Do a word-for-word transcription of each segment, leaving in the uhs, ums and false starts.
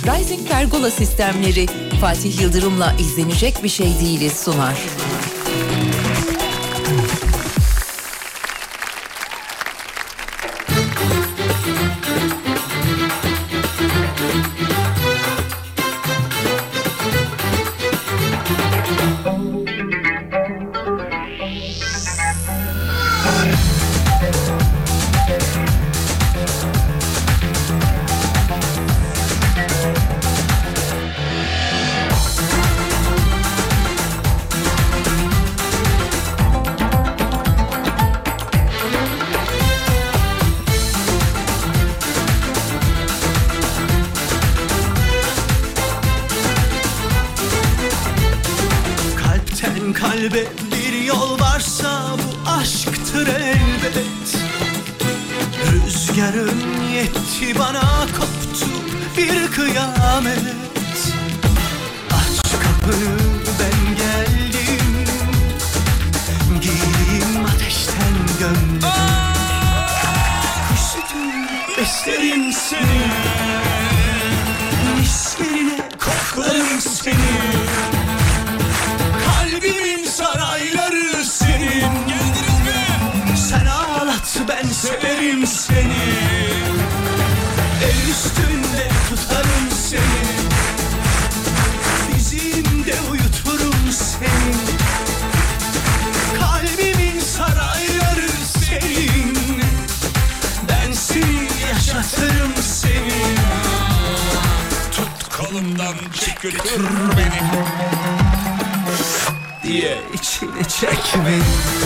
Rising Pergola sistemleri Fatih Yıldırım'la izlenecek bir şey değiliz sunar. Kalbe bir yol varsa bu aşktır elbet. Rüzgarın yetti bana, koptu bir kıyamet. Aç kapını, ben geldim. Giyeyim ateşten gömlek. Üşüdüm, beslerim seni. Mislerine koklarım seni. Kalbimin sarayları senin. Sen ağlat, ben severim seni. El üstünde tutarım seni. Dizimde uyuturum seni. Kalbimin sarayları senin. Ben seni yaşatırım seni. Tut kolumdan çek götür beni diye içine çek beni.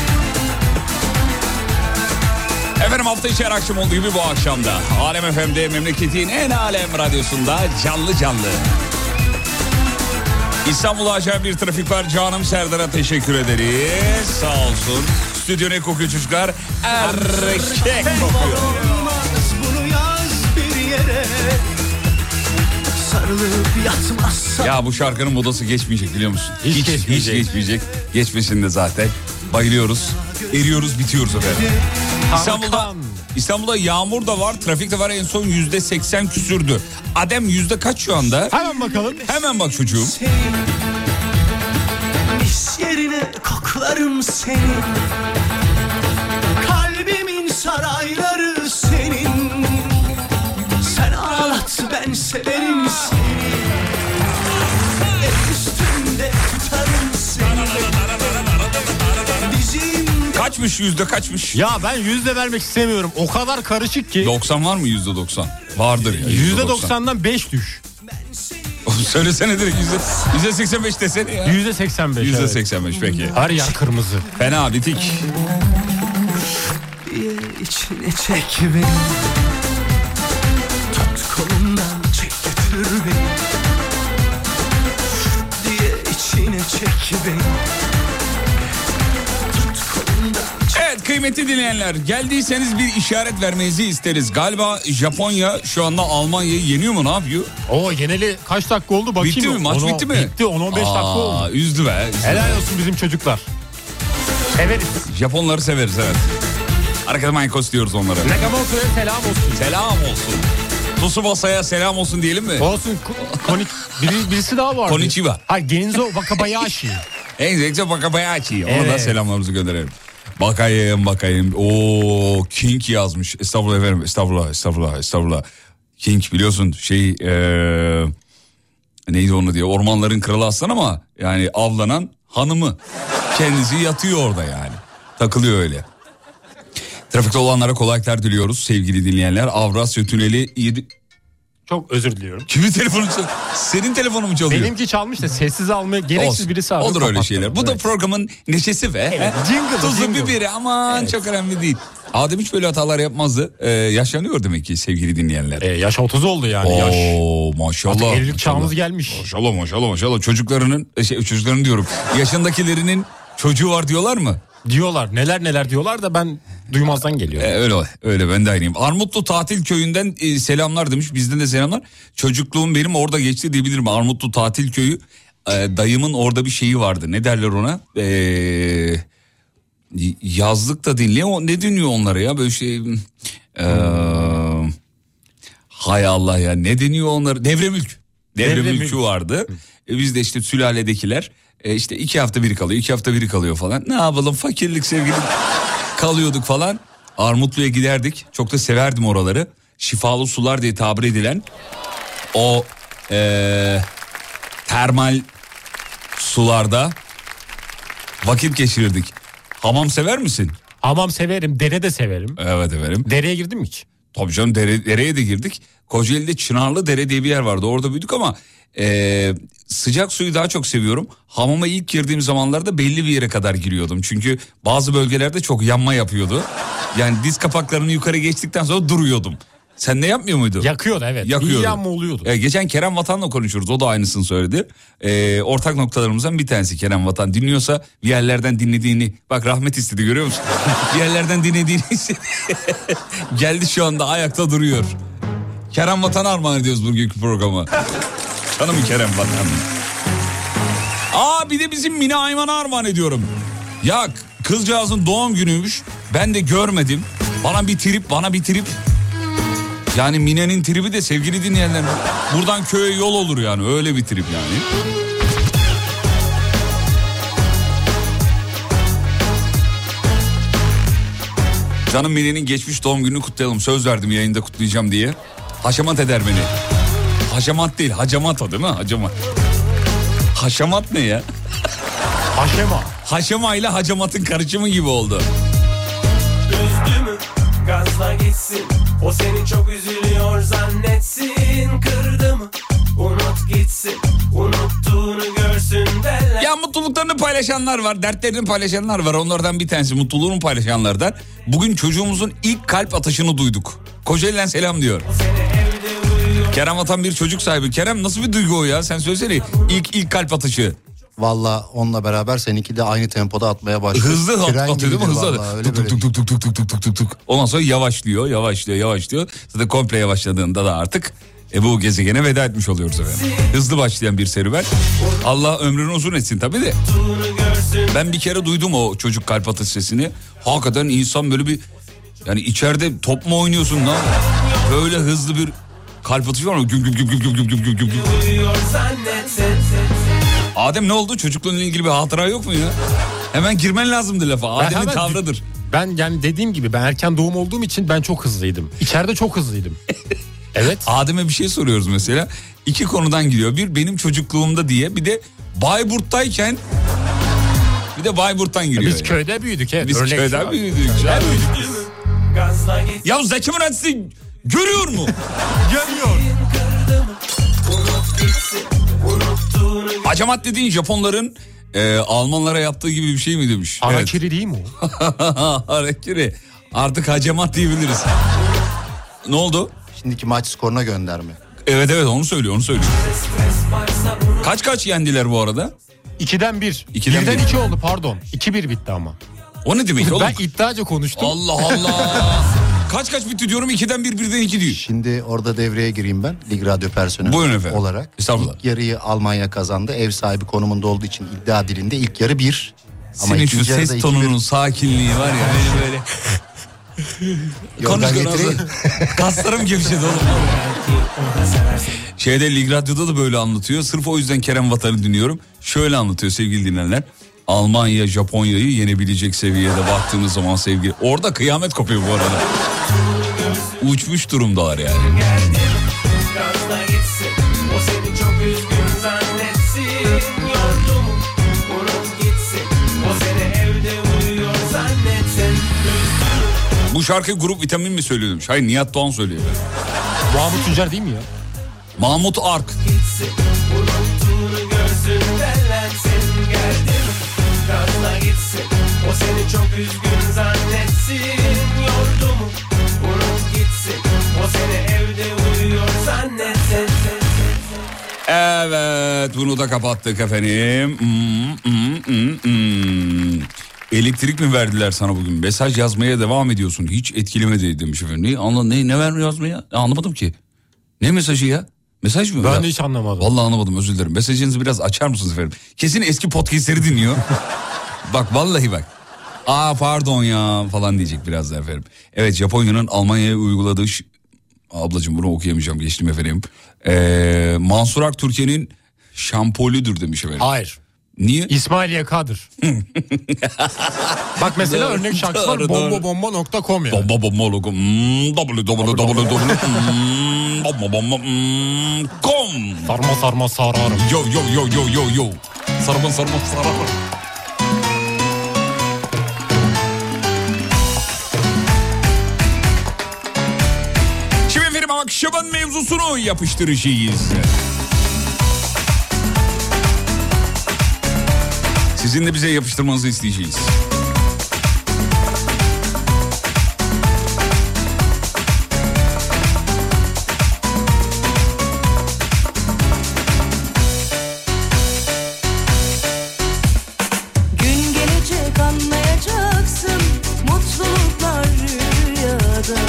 Efendim hafta içi her akşam olduğu gibi bu akşamda Alem F M'de, memleketin en alem radyosunda canlı canlı. İstanbul'da acayip bir trafik var. Canım Serdar'a teşekkür ederiz. Sağ olsun. Stüdyo ne kokuyor çocuklar? Erkek kokuyor. Bunu yaz bir yere. Ya bu şarkının modası geçmeyecek biliyor musun? Hiç, hiç geçmeyecek. Hiç geçmeyecek. Geçmesin de zaten. Bayılıyoruz. Eriyoruz, bitiyoruz efendim. İstanbul'da, İstanbul'da yağmur da var, trafik de var. En son yüzde seksen küsürdü. Adem yüzde kaç şu anda? Hemen bakalım. Hemen bak çocuğum. Mis yerine koklarım seni. Kalbimin sarayları senin. Sen ağlat, ben severim seni. El üstünde tutarım seni. Dizimde... Kaçmış, yüzde kaçmış? Ya ben yüzde vermek istemiyorum. O kadar karışık ki. doksan var mı yüzde doksan? Vardır ya. Yüzde doksandan beş düş. Söylesene direkt yüzde, yüzde seksen beş desene ya. Yüzde seksen beş. Yüzde seksen beş peki. Her yer kırmızı. Fena bitik. Diye içine çek beni. Tut kolumdan çek götür beni. Diye içine çek beni. Tut kolumdan çek. Evet kıymetli dinleyenler, geldiyseniz bir işaret vermenizi isteriz. Galiba Japonya şu anda Almanya'yı yeniyor mu, ne yapıyor? Oo yeneli kaç dakika oldu bakayım. Bitti mi maç, onu, bitti mi? Bitti, on on beş dakika oldu. Üzdü be. Üzdü Helal be. olsun bizim çocuklar. Severiz. Japonları severiz evet. Arkada Maykos diyoruz onlara. Nagamoto'ya selam olsun. Selam olsun. Tsubasa'ya selam olsun diyelim mi? Olsun. Konik, biri, birisi daha var. Konnichiwa. Hayır, Genzo Wakabayashi. Enzo Wakabayashi. Ona Evet. da selamlarımızı gönderelim. Bakayım bakayım. Oo King yazmış. Estağfurullah efendim. Estağfurullah, estağfurullah, estağfurullah. King biliyorsun şey ee, neydi onu diye, ormanların kralı aslan ama yani avlanan hanımı. Kendisi yatıyor orada yani. Takılıyor öyle. Trafikte olanlara kolaylıklar diliyoruz sevgili dinleyenler. Avrasya Tüneli yedi... Çok özür diliyorum. Kimin telefonu çalıyor? Senin telefonu mu çalıyor? Benimki çalmış da sessiz almaya gereksiz Olsun. birisi aradı. Olur öyle kapattım. şeyler. Bu evet. da programın neşesi ve Evet, jingle, tuzu jingle. biberi aman Evet. çok önemli değil. Adem hiç böyle hatalar yapmazdı. Ee, yaşlanıyor demek ki sevgili dinleyenler. E, yaş otuz oldu yani. yaş. Oo maşallah. Artık evlilik maşallah. çağımız gelmiş. Maşallah maşallah maşallah. Çocuklarının şey, çocukların diyorum. Yaşındakilerinin çocuğu var diyorlar mı? Diyorlar, neler neler diyorlar da ben duymazdan geliyorum. Ee, öyle öyle ben de aynıyım. Armutlu Tatil Köyü'nden e, selamlar demiş. Bizden de selamlar. Çocukluğum benim orada geçti diyebilirim. Armutlu Tatil Köyü. E, dayımın orada bir şeyi vardı. Ne derler ona? Eee... Yazlık da değil. Ne, o, ne deniyor onlara ya böyle şey. Ee, hay Allah ya, ne deniyor onlara? Devremülk. Devre Devre mülkü mülk. vardı. E, biz de işte sülaledekiler e, işte iki hafta biri kalıyor, iki hafta biri kalıyor falan. Ne yapalım, fakirlik sevgilim, kalıyorduk falan. Armutlu'ya giderdik. Çok da severdim oraları. Şifalı sular diye tabir edilen o e, termal sularda vakit geçirirdik. Hamam sever misin? Hamam severim, dere de severim. Evet efendim. Dereye girdin mi hiç? Tabii canım, dere, dereye de girdik. Kocaeli'de Çınarlı Dere diye bir yer vardı. Orada büyüdük ama e, sıcak suyu daha çok seviyorum. Hamama ilk girdiğim zamanlarda belli bir yere kadar giriyordum. Çünkü bazı bölgelerde çok yanma yapıyordu. Yani diz kapaklarını yukarı geçtikten sonra duruyordum. Sen ne yapmıyor muydun? Yakıyordu evet. Yakıyordu. İyi yanma oluyordu. E, geçen Kerem Vatan'la konuşuruz. O da aynısını söyledi. E, ortak noktalarımızdan bir tanesi Kerem Vatan. Dinliyorsa bir yerlerden dinlediğini... Bak rahmet istedi, görüyor musun? Bir yerlerden dinlediğini hissediyor. Geldi şu anda, ayakta duruyor. Kerem Vatan'a armağan ediyoruz bugünkü programı. Canım Kerem Vatan. Aa bir de bizim Mine Ayman'a armağan ediyorum. Ya kızcağızın doğum günüymüş. Ben de görmedim. Bana bir trip, bana bir trip. Yani Mine'nin tribi de sevgili dinleyenler. Buradan köye yol olur yani, öyle bir trip yani. Canım Mine'nin geçmiş doğum gününü kutlayalım. Söz verdim yayında kutlayacağım diye. Haşamat eder beni. Haşamat değil, hacamat o değil mi? Hacamat. Haşamat ne ya? Haşema. Haşema ile hacamatın karışımı gibi oldu. Üzdü mü? Gazla gitsin. O seni çok üzülüyor zannetsin. Kırdı mı? Unut gitsin. Unuttuğunu görsün derler. Ya mutluluklarını paylaşanlar var, dertlerini paylaşanlar var. Onlardan bir tanesi mutluluğunu paylaşanlardan. Bugün çocuğumuzun ilk kalp atışını duyduk. Kocaeli'den selam diyor. Kerem Atan bir çocuk sahibi. Kerem nasıl bir duygu o ya? Sen söylesene ilk ilk kalp atışı. Valla onunla beraber seninki de aynı tempoda atmaya başladı. Hızlı at, atıyor değil mi? Hızlı. Öyle Tuk tuk tuk tuk tuk tuk tuk tuk tuk tuk. Ondan sonra yavaşlıyor, yavaşlıyor, yavaşlıyor. Zaten komple yavaşladığında da artık e, bu gezegene veda etmiş oluyoruz efendim. Hızlı başlayan bir serüven. Allah ömrünü uzun etsin tabii de. Ben bir kere duydum o çocuk kalp atış sesini. Hakikaten insan böyle bir... Yani içeride top mu oynuyorsun lan? Böyle hızlı bir kalp atışı var mı? Güm güm güm güm güm güm güm güm güm. Adem ne oldu? Çocukluğunla ilgili bir hatıra yok mu ya? Hemen girmen lazımdı lafa. Adem'in hemen- tavrıdır. Ben yani dediğim gibi ben erken doğum olduğum için ben çok hızlıydım. İçeride çok hızlıydım. Evet. Adem'e bir şey soruyoruz mesela. İki konudan gidiyor. Bir benim çocukluğumda diye, bir de Bayburt'tayken, bir de Bayburt'tan giriyor. Biz yani. köyde büyüdük. Evet. Biz Örnek köyden var. büyüdük. Köyden büyüdük. Gazla gitsin. Ya Zeki Mürensi görüyor mu? Görüyor. Unut gitsin. Unuttuğunu Hacamat dediğin Japonların e, Almanlara yaptığı gibi bir şey mi demiş? Harakiri değil mi o? Harakiri. Artık hacamat diyebiliriz. Ne oldu? Şimdiki maç skoruna gönderme. Evet evet onu söylüyor onu söylüyor. Kaç kaç yendiler bu arada? İkiden bir. İkiden Birden bir. iki oldu pardon. İki bir bitti ama. O ne demek oğlum? Ben iddiaca konuştum. Allah Allah. Kaç kaç bitti diyorum, ikiden bir birden iki diyor. Şimdi orada devreye gireyim ben Lig Radyo personeli Buyurun efendim. olarak. Estağfurullah. İlk yarıyı Almanya kazandı. Ev sahibi konumunda olduğu için iddia dilinde ilk yarı bir. Ama Senin şu ikinci yarıda ses iki tonunun bir. sakinliği var ya beni böyle. Yok, ben Konuş getireyim. Kaslarım gevşedi oğlum. Şeyde Lig Radyo'da da böyle anlatıyor. Sırf o yüzden Kerem Vatan'ı dinliyorum. Şöyle anlatıyor sevgili dinleyenler. Almanya Japonya'yı yenebilecek seviyede baktığınız zaman sevgili. Orada kıyamet kopuyor bu arada. Uçmuş durumdalar yani. gazla gitsin. O seni çok üzgün zannetsin. Yordu mu? Unut gitsin. O seni evde uyuyor zannetsin. Bu şarkı Grup Vitamin mi söylüyormuş? Hayır, Nihat Doğan söylüyor. Mahmut Tuncer değil mi ya? Mahmut Ark. Gitsin. Unuttuğunu görsün derlensin. Geldi mi? Gazla gitsin. O seni çok üzgün zannetsin. Yordu mu? Unut gitsin. O seni evde uyuyor zannetsin. Evet, bunu da kapattık efendim. Hmm, hmm, hmm, hmm. Elektrik mi verdiler sana bugün? Mesaj yazmaya devam ediyorsun. Hiç etkilemedi demiş efendim. Ne, anla, ne, ne vermiyor yazmaya? Anlamadım ki. Ne mesajı ya? Mesaj mı? Ben Ya, de hiç anlamadım. vallahi anlamadım, özür dilerim. Mesajınızı biraz açar mısınız efendim? Kesin eski podcastleri dinliyor. Bak vallahi bak. Aa pardon ya falan diyecek birazdan efendim. Evet, Japonya'nın Almanya'ya uyguladığı ş- Ablacığım bunu okuyamayacağım, geçtim efendim. Ee, Mansur Ak Türkiye'nin şampolüdür demiş efendim. Hayır. Niye? İsmail Y K'dır. Bak mesela Doğru, örnek şarkısı var doğru, bomba doğru. bomba nokta com yani. Bomba bomba logo. Hmm, w w w nokta bomba bomba hmm, com. Sarma sarma sararım. Yo yo yo yo yo yo. Sarma sarma sararım. Şimdi efendim akşamın mevzusunu yapıştıracağız. Sizin de bize yapıştırmanızı isteyeceğiz. Gün gelecek anlayacaksın, mutluluklar rüyada.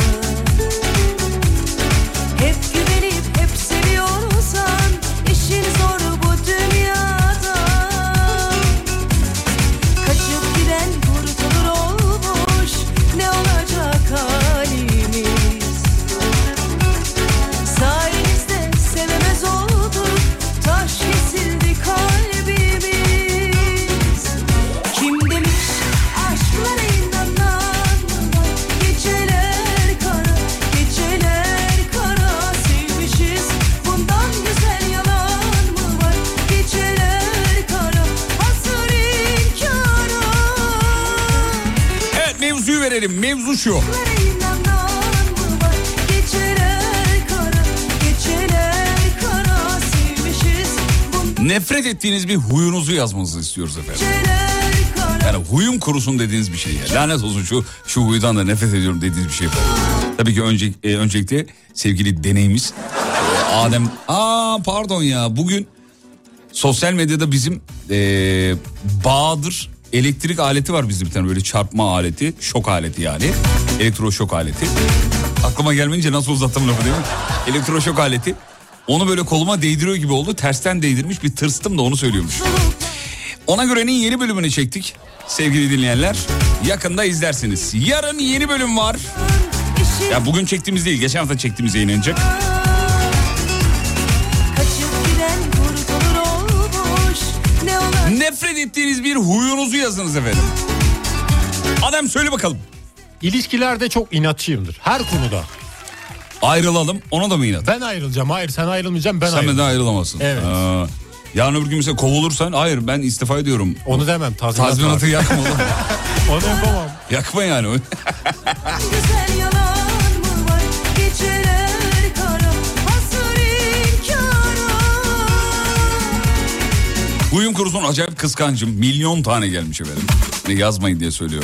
Hep güvenip hep seviyorsan işin zor bu dünyada. Kaçıp giden kurtulur olmuş, ne olacak halimiz? Sayenizde sevemez olduk, taş kesildi kalbimiz. Kim demiş aşklara inanan mı var? Geceler kara, geceler kara, sevmişiz bundan güzel yalan mı var? Geceler kara, hasır inkara. Evet, mevzuyu verelim. Mevzu şu. Aşklara inanan mı var? Geceler kara, geceler kara, sevmişiz bundan Nefret ettiğiniz bir huyunuzu yazmanızı istiyoruz efendim. geceler kara. Yani huyum kurusun dediğiniz bir şey. Ya. Lanet olsun şu şu huydan da nefret ediyorum dediğiniz bir şey efendim. Tabii ki önce, e, öncelikle sevgili deneyimiz e, Adem. Aa pardon ya, bugün sosyal medyada bizim e, Bahadır elektrik aleti var, bizim bir tane böyle çarpma aleti, şok aleti yani. Elektroşok aleti. Aklıma gelmeyince nasıl uzattım lafı değil mi? Elektroşok aleti. Onu böyle koluma değdiriyor gibi oldu. Tersten değdirmiş, bir tırstım da onu söylüyormuş. Ona göre'nin yeni bölümünü çektik sevgili dinleyenler. Yakında izlersiniz. Yarın yeni bölüm var. Ya bugün çektiğimiz değil, geçen hafta çektiğimiz yayınlanacak. Kaçıp giden kurtulur olmuş, ne olacak? Nefret ettiğiniz bir huyunuzu yazınız efendim. Adem söyle bakalım. İlişkilerde çok inatçıyımdır. Her konuda. Ayrılalım, ona da mı inat? Ben ayrılacağım. Hayır sen ayrılmayacaksın, ben Sen ayrılacağım. benden ayrılamazsın. Evet. Aa, yarın öbür gün mesela kovulursan, hayır ben istifa ediyorum. Onu demem. Tazminat Tazminatı var. yakma oğlum. Onu yapamam. Yakma yani. Güzel yalan mı var? Geceler kara, hasır inkara. Huyum kurusun, acayip kıskancım. Milyon tane gelmiş efendim. Ne yazmayın diye söylüyorum.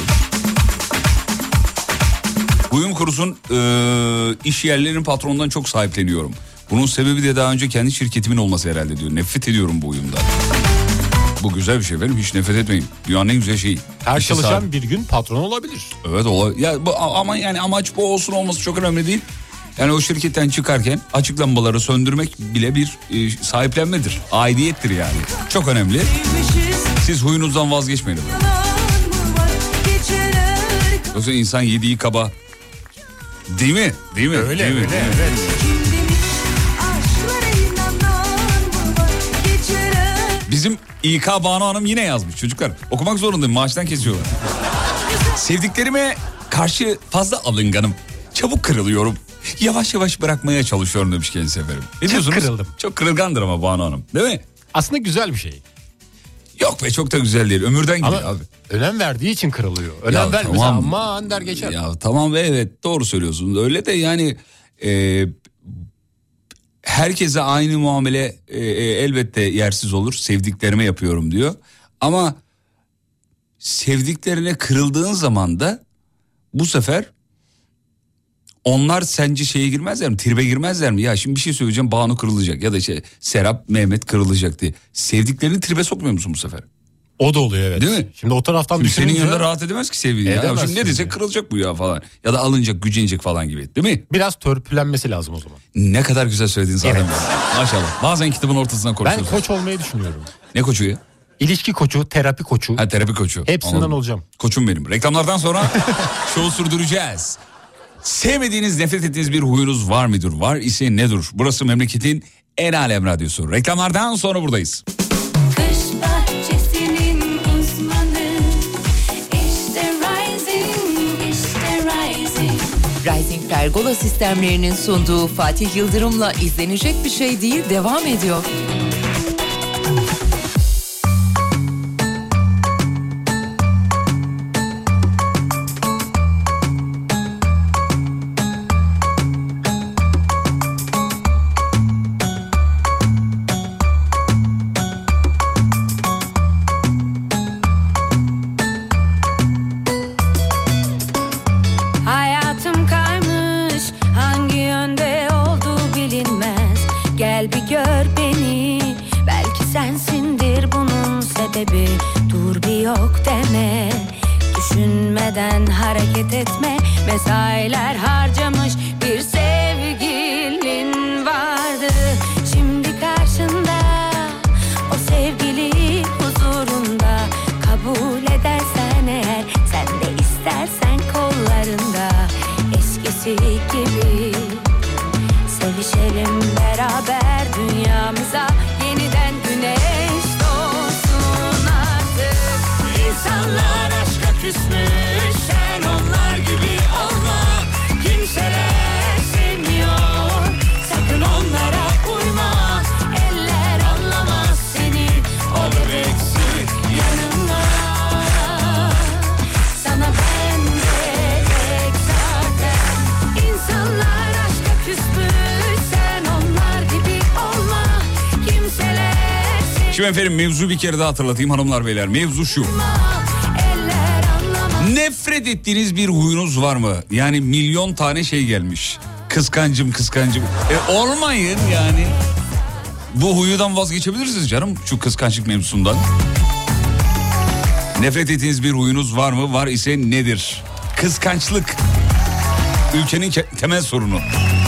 Huyum kurusun, e, iş yerlerinin patronundan çok sahipleniyorum. Bunun sebebi de daha önce kendi şirketimin olması herhalde diyor. Nefret ediyorum bu huyumdan. Bu güzel bir şey efendim, hiç nefret etmeyin. Dünyanın en güzel şeyi. Her İşe çalışan sahip- bir gün patron olabilir. Evet ola. Ya bu, ama yani amaç bu olsun olması çok önemli değil. Yani o şirketten çıkarken açık lambaları söndürmek bile bir e, sahiplenmedir. Aidiyettir yani. Çok önemli. Sevmişiz Siz huyunuzdan vazgeçmeyin. yalan mı var? Geceler kara. Yoksa insan yediği kaba. Değil mi? Değil mi? Öyle Değil mi? öyle Değil mi? evet. Kim demiş aşklara inanan mı var? Geceler Bizim İK Banu Hanım yine yazmış çocuklar. Okumak zorundayım, maaştan kesiyorlar. Sevdiklerime karşı fazla alınganım. Çabuk kırılıyorum. Yavaş yavaş bırakmaya çalışıyorum demiş kendisi efendim. Ne diyorsunuz? kırıldım. Çok kırılgandır ama Banu Hanım. Değil mi? Aslında güzel bir şey. Yok be, çok da güzel değil. Ömürden gidiyor Ama abi. önem verdiği için kırılıyor. Önem Ya vermese tamam. aman der geçer. Ya tamam be, evet doğru söylüyorsun. Öyle de yani e, herkese aynı muamele e, e, elbette yersiz olur. Sevdiklerime yapıyorum diyor. Ama sevdiklerine kırıldığın zaman da bu sefer onlar sence şeye girmezler mi? Tribe girmezler mi? Ya şimdi bir şey söyleyeceğim, Banu kırılacak ya da şey Serap, Mehmet kırılacak diye. Sevdiklerini tribe sokmuyor musun bu sefer? O da oluyor evet. Değil mi? Şimdi o taraftan Şimdi senin düşününce yanında rahat edemez ki sevgili. Ya. Edemezsin Şimdi ne desek ya. kırılacak bu ya falan. Ya da alınacak, gücenecek falan gibi. Değil mi? biraz törpülenmesi lazım o zaman. Ne kadar güzel söyledin zaten. Evet. Maşallah. Bazen kitabın ortasından Ben konuşuyorsun. koç olmayı düşünüyorum. Ne koçu ya? İlişki koçu, terapi koçu. Ha, terapi koçu. Hepsinden Anladım. olacağım. Koçum benim. Reklamlardan sonra şovu sürdüreceğiz. Sevmediğiniz, nefret ettiğiniz bir huyunuz var mıdır? Var ise nedir? Burası memleketin en alem radyosu. Reklamlardan sonra buradayız. Kış bahçesinin uzmanı, işte Rising, işte Rising. Rising Pergola sistemlerinin sunduğu Fatih Yıldırım'la izlenecek bir şey değil devam ediyor. Hayatım kaymış, hangi yönde olduğu bilinmez. Gel bir gör beni, belki sensindir bunun sebebi. Dur bir yok deme, düşünmeden hareket etme. Mesailer harcamış bir sevgilin vardı. Şimdi karşında o sevgili huzurunda. Kabul edersen eğer, sen de istersen kollarında. Eskisi gibi sevişelim beraber, dünyamıza yeniden güneş doğsun artık. İnsanlar aşka küsmüş, sen onlar gibi olma. Kimseler sevmiyor, sakın onlara uyma. Eller anlamaz seni, o bebeksi yanına. Sana ben gerek zaten. İnsanlar aşka küsmüş, sen onlar gibi olma. Kimseler sevmiyor. Şimdi efendim mevzu bir kere daha hatırlatayım hanımlar beyler. Mevzu şu. Nefret ettiğiniz bir huyunuz var mı? Yani milyon tane şey gelmiş. Kıskancım kıskancım. E olmayın yani. Bu huyudan vazgeçebilirsiniz canım. Şu kıskançlık mevzusundan. Nefret ettiğiniz bir huyunuz var mı? Var ise nedir? Kıskançlık. Ülkenin ke- temel sorunu.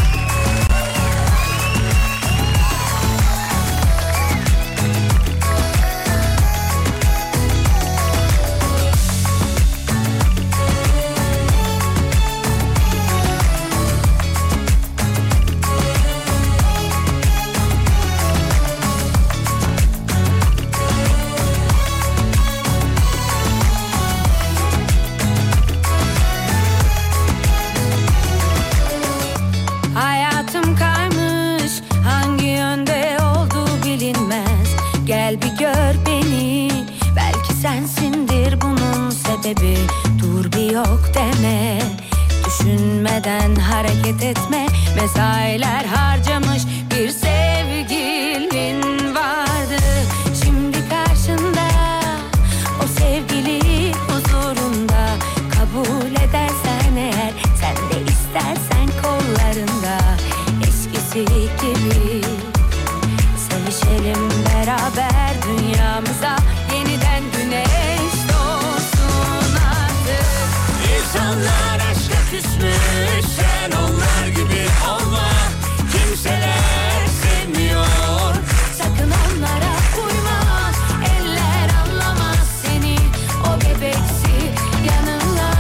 Hayatım kaymış, hangi yönde olduğu bilinmez. Gel bir gör beni, belki sensindir bunun sebebi. Dur bir yok deme, düşünmeden hareket etme. Mesailer harcamış bir sevgilin vardı. Şimdi karşında o sevgili huzurunda. Kabul edersen eğer, sen de istersen kollarında. Eskisi gibi sevişelim beraber, dünyamıza yeniden güneş doğsun artık. İnsanlar aşka küsmüş, sen onlar gibi olma. Kimseler sevmiyor, sakın onlara uyma. Eller anlamaz seni, o bebeksi yanına.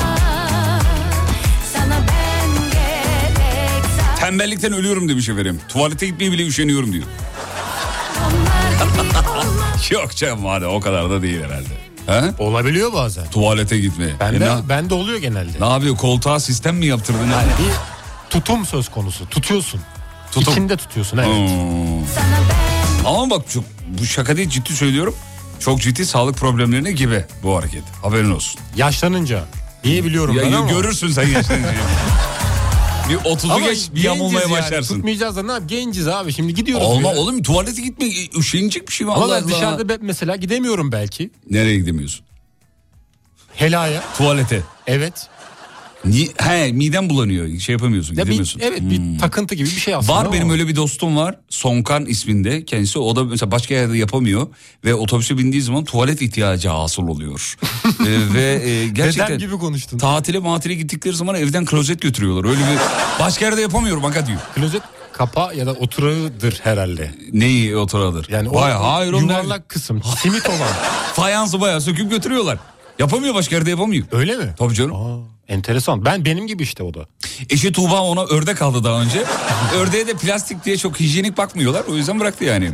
Sana ben gerek zaten. Tembellikten ölüyorum demiş efendim. Tuvalete gitmeye bile üşeniyorum diyor. Onlar gibi olma. Yok canım hadi o kadar da değil herhalde. He? Olabiliyor bazen. Tuvalete gitmeye. Ben E de, ne, ben de oluyor genelde. ne yapıyor? Koltuğa sistem mi yaptırdın? Yani bir tutum söz konusu. Tutuyorsun. Tutum. İçinde tutuyorsun evet. Hmm. Sana ben Ama bak çok, bu şaka değil, ciddi söylüyorum. Çok ciddi sağlık problemlerine gibi bu hareket. Haberin olsun. Yaşlanınca. Niye biliyorum Ya, ben ya ama. görürsün sen yaşlanınca. Bir otuzu Ama geç bir yamulmaya genciz yani. başlarsın. Tutmayacağız da ne yap? Genciz abi şimdi gidiyoruz. Olma buraya. oğlum, tuvalete gitme üşenecek bir şey mi? Ama Allah ben Allah. dışarıda be- mesela gidemiyorum belki. Nereye gidemiyorsun? Helaya. Tuvalete. Evet. Niye? He, midem bulanıyor. Şey yapamıyorsun, Ya bir, gidemiyorsun. evet Hmm. bir takıntı gibi bir şey aslında. Var ama. benim öyle bir dostum var. Sonkan isminde kendisi. O da mesela başka yerde yapamıyor. Ve otobüse bindiği zaman tuvalet ihtiyacı hasıl oluyor. Ee, ve e, gerçekten Dedem gibi konuştun. tatile matile gittikleri zaman evden klozet götürüyorlar. Öyle bir başka yerde yapamıyorum aga diyor. Klozet kapağı ya da oturağıdır herhalde. Neyi oturadır? Yani Vay, o hayır oğlum, yuvarlak kısım. Simit olan. fayansı bayağı söküp götürüyorlar. Yapamıyor, başka yerde yapamıyor. Öyle mi? Tabii canım. Aa, enteresan. Ben benim gibi işte o da. Eşi Tuğba ona ördek aldı daha önce. Ördeğe de plastik diye çok hijyenik bakmıyorlar. O yüzden bıraktı yani.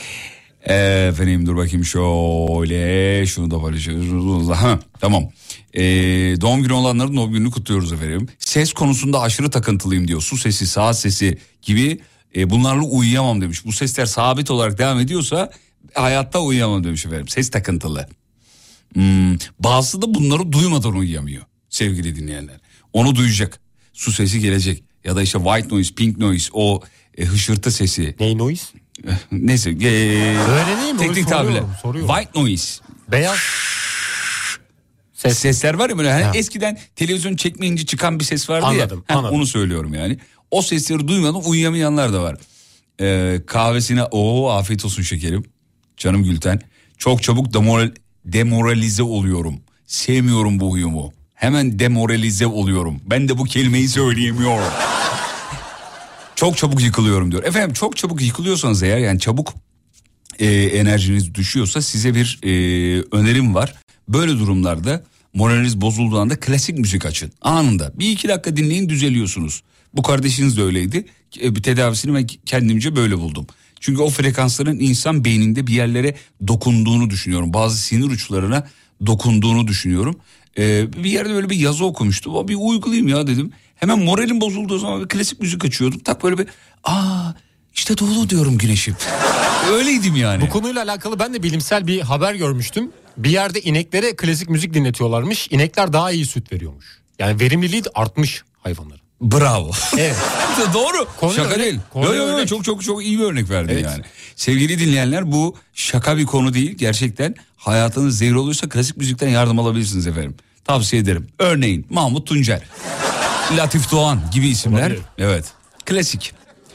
Efendim dur bakayım şöyle. Şunu da paylaşıyoruz. Ha, tamam. Ee, doğum günü olanların doğum gününü kutluyoruz efendim. Ses konusunda aşırı takıntılıyım diyor. Su sesi, saat sesi gibi e, bunlarla uyuyamam demiş. Bu sesler sabit olarak devam ediyorsa hayatta uyuyamam demiş efendim. Ses takıntılı. Hmm, bazısı da bunları duymadan uyuyamıyor sevgili dinleyenler. Onu duyacak. Su sesi gelecek. Ya da işte white noise, pink noise, o e, hışırtı sesi. Ney noise? Neyse. E, Öğreneyim mi? Teknik tabirle. Soruyorum. White noise. Beyaz. Ses. Sesler var ya böyle hani Ha. eskiden televizyon çekmeyince çıkan bir ses vardı ya. Anladım, Heh, anladım. onu söylüyorum yani. O sesleri duymadan uyuyamayanlar da var. Ee, kahvesine o afiyet olsun şekerim. Canım Gülten. Çok çabuk demoral, demoralize oluyorum. Sevmiyorum bu huyumu. Hemen demoralize oluyorum. Ben de bu kelimeyi söyleyemiyorum. Çok çabuk yıkılıyorum diyor. Efendim çok çabuk yıkılıyorsanız eğer, yani çabuk e, enerjiniz düşüyorsa size bir e, önerim var. Böyle durumlarda moraliniz bozulduğu anda klasik müzik açın. Anında bir iki dakika dinleyin, düzeliyorsunuz. Bu kardeşiniz de öyleydi. E, bir tedavisini ben kendimce böyle buldum. Çünkü o frekansların insan beyninde bir yerlere dokunduğunu düşünüyorum. Bazı sinir uçlarına dokunduğunu düşünüyorum. Ee, bir yerde böyle bir yazı okumuştum. O bir uygulayayım ya dedim. Hemen moralim bozulduğu zaman bir klasik müzik açıyordum. Tak böyle bir aa işte doğdu diyorum güneşim. Öyleydim yani. Bu konuyla alakalı ben de bilimsel bir haber görmüştüm. Bir yerde ineklere klasik müzik dinletiyorlarmış. İnekler daha iyi süt veriyormuş. Yani verimliliği de artmış hayvanların. Bravo. Evet. Doğru. Konu şaka örnek, değil. konu Yo, yo, yo, örnek. çok çok çok iyi bir örnek verdin Evet. yani. Sevgili dinleyenler, bu şaka bir konu değil. Gerçekten hayatınız zehir oluyorsa klasik müzikten yardım alabilirsiniz efendim. Tavsiye ederim. Örneğin Mahmut Tuncer, Latif Doğan gibi isimler. Olabilir. Evet. Klasik.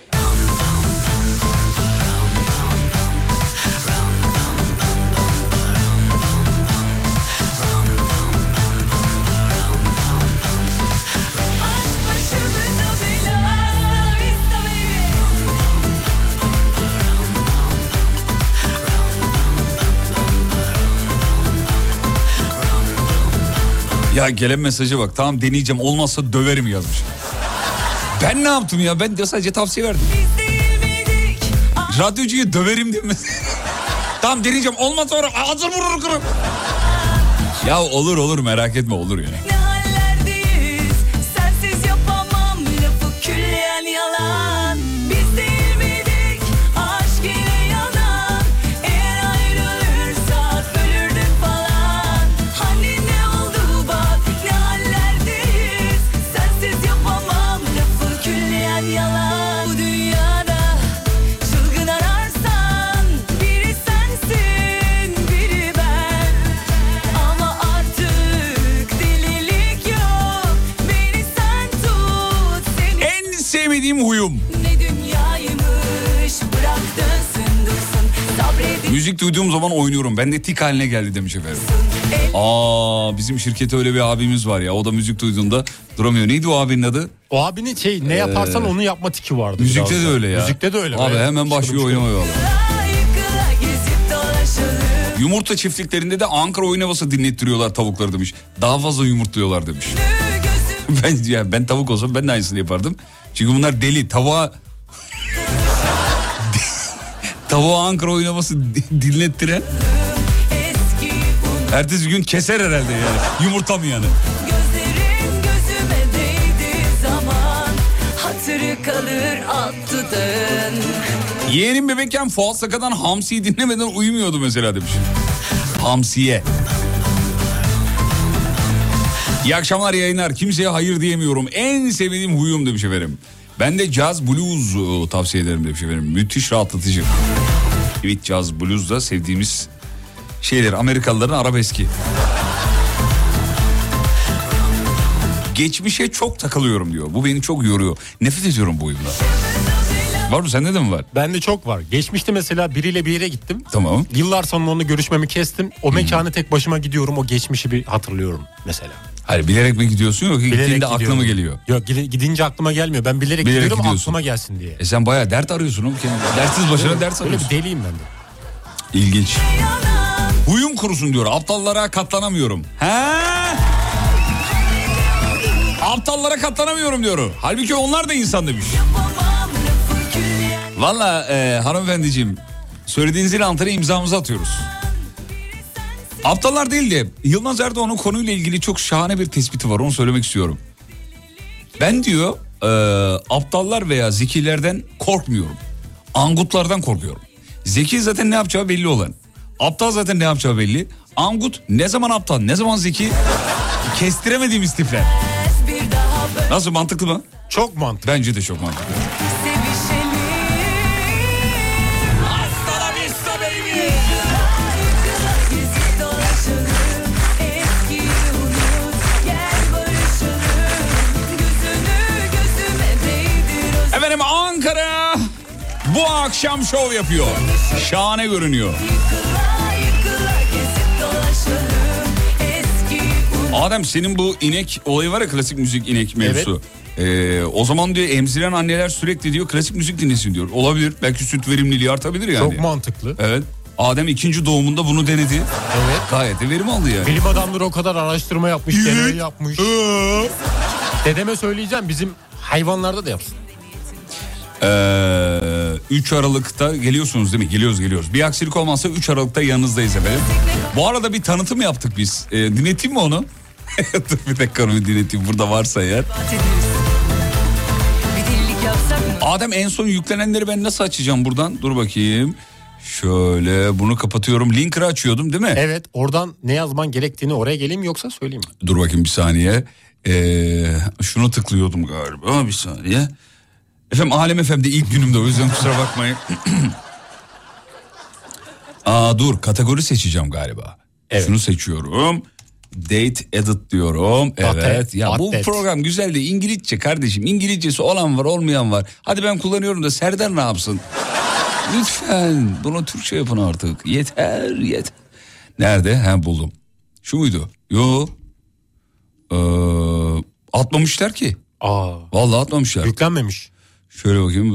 Ya gelen mesaja bak, tamam deneyeceğim, olmazsa döverim yazmış. Ben ne yaptım ya, ben de sadece tavsiye verdim. Radyocuyu döverim diye mi? Tamam deneyeceğim, olmaz sonra hazır vurur kırım. Ya olur olur, merak etme, olur yani. Ne hallerdeyiz, sensiz yapamam, lafı külleyen yalan. Biz değil miydik, aşk ile yanan? Eğer ayrılırsak ölürdük falan. Hani ne oldu bak, ne hallerdeyiz, sensiz yapamam, lafı külleyen yalan. Bu dünyada çılgın ararsan, biri sensin, biri ben. Ama artık delilik yok, beni sen tut, seni En sevmediğim huyum. ne dünyaymış, bıraktın sündürsün, sabredin Müzik duyduğum zaman oynuyorum. Ben de tik haline geldi demiş efendim. Aa, bizim şirkette öyle bir abimiz var ya. O da müzik duyduğunda duramıyor. Neydi o abinin adı? O abinin şey, ne yaparsan onu yapma tiki vardı. Müzikte biraz de da. öyle ya. Müzikte de öyle. Abi be. hemen başlıyor Çıkırım oynamaya valla. yıkıla gezip dolaşalım. Yumurta çiftliklerinde de Ankara oyun havası dinlettiriyorlar tavukları demiş. Daha fazla yumurtluyorlar demiş. Gözüm Ben yani ben tavuk olsam ben de aynısını yapardım. Çünkü bunlar deli. Tavuğa tavuğa Ankara oyun havası di- dinlettiren eski un, ertesi gün keser herhalde yani. Yumurtlamayanı. gözlerin gözüme değdiği zaman hatırı kalır alt dudağın. Yeğenim bebekken Fuat Saka'dan Hamsi'yi dinlemeden uyumuyordu mesela demiş. Hamsi'ye. İyi akşamlar, yayınlar. Kimseye hayır diyemiyorum. En sevdiğim huyum demiş efendim. Ben de caz blues e, tavsiye ederim demiş efendim. Müthiş rahatlatıcı. Evet, caz blues da sevdiğimiz şeyler. Amerikalıların arabeski. Geçmişe çok takılıyorum diyor. Bu beni çok yoruyor. Nefret ediyorum bu huyumdan. Var mı, sende de mi var? Bende çok var. Geçmişte mesela biriyle bir yere gittim. Tamam. Yıllar sonra onunla görüşmemi kestim. O mekana tek başıma gidiyorum. O geçmişi bir hatırlıyorum mesela. Hayır, bilerek mi gidiyorsun yoksa Bilerek gittiğinde aklına gidiyorum. mı geliyor? Yok, gidi- gidince aklıma gelmiyor. Ben bilerek, Bilerek gidiyorum gidiyorsun. aklıma gelsin diye. E sen bayağı dert arıyorsun oğlum kendine. Dertsiz başına dert Öyle arıyorsun. bir deliyim ben de. İlginç. Yanan Huyum kurusun diyor. Aptallara katlanamıyorum. He? Aptallara katlanamıyorum diyor. Halbuki onlar da insan demiş. Valla e, hanımefendiciğim, söylediğinizin altına imzamızı atıyoruz. Aptallar değil de Yılmaz Erdoğan'ın konuyla ilgili çok şahane bir tespiti var, onu söylemek istiyorum. Ben diyor e, aptallar veya zekilerden korkmuyorum. Angutlardan korkuyorum. Zeki zaten ne yapacağı belli olan. Aptal zaten ne yapacağı belli. Angut ne zaman aptal ne zaman zeki kestiremediğimiz tipler. Nasıl, mantıklı mı? Çok mantıklı. Bence de çok mantıklı. Efendim Ankara bu akşam şov yapıyor. Şahane görünüyor. Adem, senin bu inek olayı var ya, klasik müzik inek mevzusu. Evet. Ee, o zaman diyor emziren anneler sürekli diyor klasik müzik dinlesin diyor. Olabilir, belki süt verimliliği artabilir yani. Çok mantıklı. Evet. Adem ikinci doğumunda bunu denedi. Evet. Gayet de verim aldı yani. Bilim adamları o kadar araştırma yapmış, Evet. deney yapmış. Ee. Dedeme söyleyeceğim, bizim hayvanlarda da yapsın. Ee, üç Aralık'ta geliyorsunuz değil mi? Geliyoruz geliyoruz. Bir aksilik olmazsa üç Aralık'ta yanınızdayız efendim. Bu arada bir tanıtım yaptık biz. Ee, dinleteyim mi onu? Dur bir dakika onu bir dinleteyim burada varsa eğer. Adem, en son yüklenenleri ben nasıl açacağım buradan? Dur bakayım. Şöyle bunu kapatıyorum. Linker'ı açıyordum değil mi? Evet, oradan ne yazman gerektiğini oraya geleyim yoksa söyleyeyim mi? Dur bakayım bir saniye. Ee, şunu tıklıyordum galiba, bir saniye. Efendim Alem F M'de ilk günümde, o yüzden kusura bakmayın. Aa dur, kategori seçeceğim galiba. Evet. Şunu seçiyorum. Date edit diyorum. Evet. Atet, ya bu atet. program güzel de İngilizce kardeşim. İngilizcesi olan var, olmayan var. Hadi ben kullanıyorum da Serdar ne yapsın? Lütfen bunu Türkçe yapın artık. Yeter yeter. Nerede? He, buldum. Şu muydu? Yo. Ee, atmamışlar ki. Aa. Vallahi atmamışlar. Yüklenmemiş. Şöyle bakayım.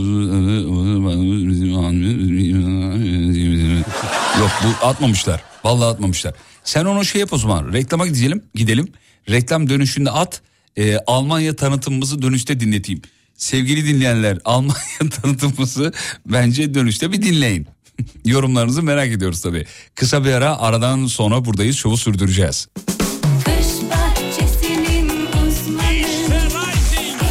Yok, bu atmamışlar. Vallahi atmamışlar. Sen onu şey yap o zaman. Reklama gidelim. Gidelim. Reklam dönüşünde at. E, Almanya tanıtımımızı dönüşte dinleteyim. Sevgili dinleyenler, Almanya tanıtımımızı bence dönüşte bir dinleyin. Yorumlarınızı merak ediyoruz tabii. Kısa bir ara, aradan sonra buradayız. Şovu sürdüreceğiz. Kış bahçesinin uzmanı. İşte Rising.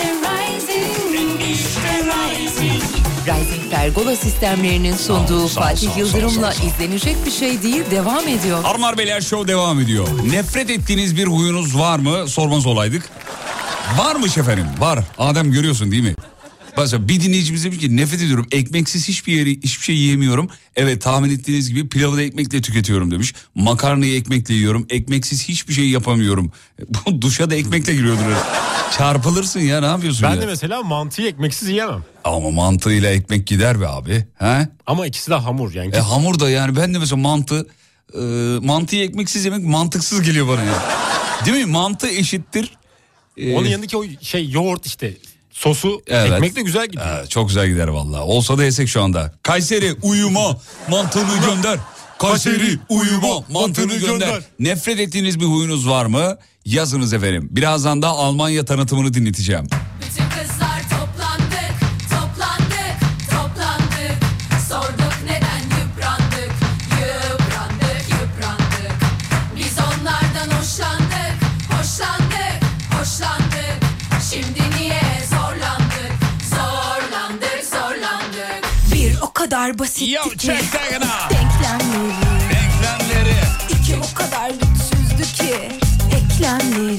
İşte Rising. Rising Pergola sistemlerinin sunduğu Sağ ol, Fatih sağ ol, Yıldırım'la sağ ol, sağ ol. izlenecek bir şey değil, devam ediyor. Harmar Beyler Show devam ediyor. Nefret ettiğiniz bir huyunuz var mı? Sormaz olaydık. Varmış efendim, var. Adem, görüyorsun değil mi? Mesela bir dinleyicimiz demiş ki nefret ediyorum. Ekmeksiz hiçbir yeri, hiçbir şey yiyemiyorum. Evet, tahmin ettiğiniz gibi pilavı da ekmekle tüketiyorum demiş. Makarnayı ekmekle yiyorum. Ekmeksiz hiçbir şey yapamıyorum. Bu duşa da ekmekle giriyordur. Çarpılırsın ya, ne yapıyorsun Ben ya? de mesela mantıyı ekmeksiz yiyemem. Ama mantığıyla ekmek gider be abi. He? Ama ikisi de hamur yani. E hamur da yani, ben de mesela mantı e, mantıyı ekmeksiz yemek mantıksız geliyor bana ya. Değil mi? Mantı eşittir. E, Onun yanındaki o şey yoğurt işte sosu Evet. ekmekle güzel gidiyor. Evet, çok güzel gider vallahi. Olsa da yesek şu anda. Kayseri uyuma mantığını gönder. Kayseri uyuma mantığını gönder. Nefret ettiğiniz bir huyunuz var mı? Yazınız efendim. Birazdan da Almanya tanıtımını dinleteceğim. Bütün kızlar toplandık, toplandık, toplandık. Sorduk neden yıprandık, yıprandık, yıprandık. Biz onlardan hoşlandık, hoşlandık, hoşlandık. Şimdi niye zorlandık, zorlandık, zorlandık. Bir o kadar basitti Yo, ki check that out. denklemleri. Denklemleri. İki o kadar güçsüzdü ki eklemleri.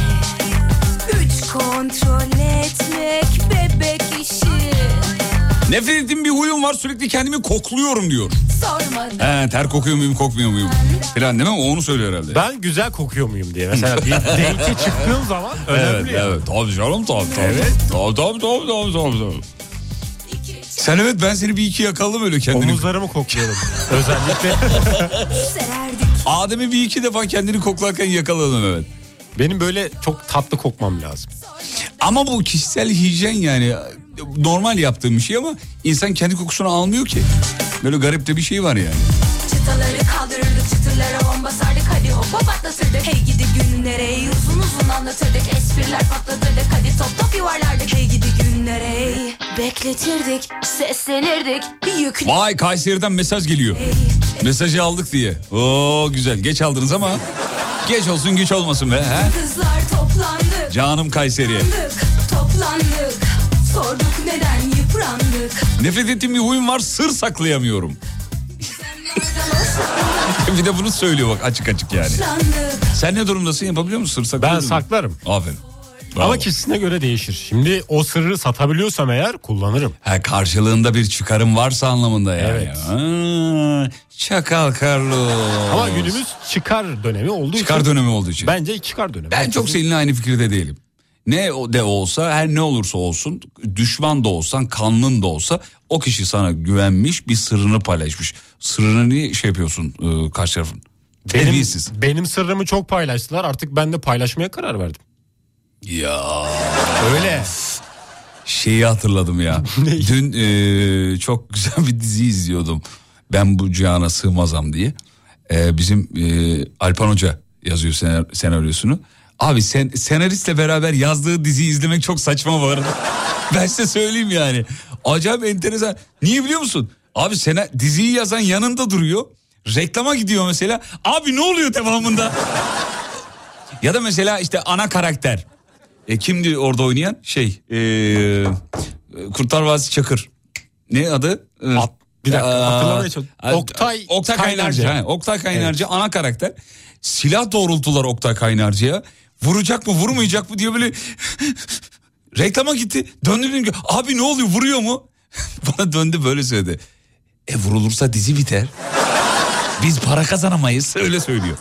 Üç kontrol etmek bebek işi. Nefret ettiğim bir huyum var, sürekli kendimi kokluyorum diyor. Sormadım. He, ter kokuyor muyum, kokmuyor muyum? Falan değil mi? O onu söylüyor herhalde. Ben güzel kokuyor muyum diye. Mesela bir date'e çıktığım zaman önemli. Evet, evet. Tabii canım, tabii tabii. Evet. Tabii tabii tabii tabii tabii. tabii. Sen, evet, ben seni bir iki yakaladım öyle kendini. Omuzlarımı kokluyorum. Özellikle. Sererdik. Adem'i bir iki defa kendini koklarken yakaladım, evet. Benim böyle çok tatlı kokmam lazım. Ama bu kişisel hijyen yani. Normal yaptığım bir şey ama insan kendi kokusunu almıyor ki. Böyle garip de bir şey var yani. Çıtaları kaldırırdık, çıtırlara on basardık, hadi hoppa patlatırdık. Hey gidi günler ey, uzun uzun anlatırdık, espriler patlatırdık, hadi top top yuvarlardık. Hey gidi günler ey, bekletirdik, seslenirdik, yükle. Vay, Kayseri'den mesaj geliyor. Mesajı aldık diye. Oo güzel, geç aldınız ama geç olsun güç olmasın be. He? Kızlar toplandık, Canım Kayseri'ye. toplandık, sorduk neden yıprandık. Nefret ettiğim bir huyum var, sır saklayamıyorum. Bir de bunu söylüyor bak açık açık yani. Sen ne durumdasın, yapabiliyor musun sır saklamayı? Ben saklarım. Aferin. Bravo. Ama kişisine göre değişir. Şimdi o sırrı satabiliyorsam eğer kullanırım. Ha, karşılığında bir çıkarım varsa anlamında yani. Evet. Ha, çakal Carlo. Ama günümüz çıkar dönemi olduğu Çıkar için. dönemi olduğu için. Bence çıkar dönemi. Ben çok seninle aynı fikirde değilim. Ne de olsa, her ne olursa olsun, düşman da olsan, kanlın da olsa, o kişi sana güvenmiş, bir sırrını paylaşmış. Sırrını niye şey yapıyorsun e, karşı tarafın? Benim, Terbiyesiz. benim sırrımı çok paylaştılar, artık ben de paylaşmaya karar verdim. Ya öyle. Şeyi hatırladım ya. Dün e, çok güzel bir dizi izliyordum. Ben bu cihana sığmazam diye. E, bizim e, Alpan Hoca yazıyor senar- senaryosunu. Abi sen senaristle beraber yazdığı diziyi izlemek çok saçma var. Ben size söyleyeyim yani. Acayip enteresan. Niye biliyor musun? Abi sena, diziyi yazan yanında duruyor. Reklama gidiyor mesela. Abi ne oluyor devamında? Ya da mesela işte ana karakter. E, kimdi orada oynayan? Şey. E, Kurtlar Vadisi Çakır. Ne adı? At, bir dakika Aa, hatırlamaya çalışıyorum. Oktay, Oktay Kaynarca. Kaynarca. Ha, Oktay Kaynarca evet. Ana karakter. Silah doğrultular Oktay Kaynarca'ya. Vuracak mı vurmayacak mı diye böyle reklama gitti. Döndü dedim ki abi ne oluyor, vuruyor mu? Bana döndü böyle söyledi. E vurulursa dizi biter. Biz para kazanamayız, öyle söylüyor.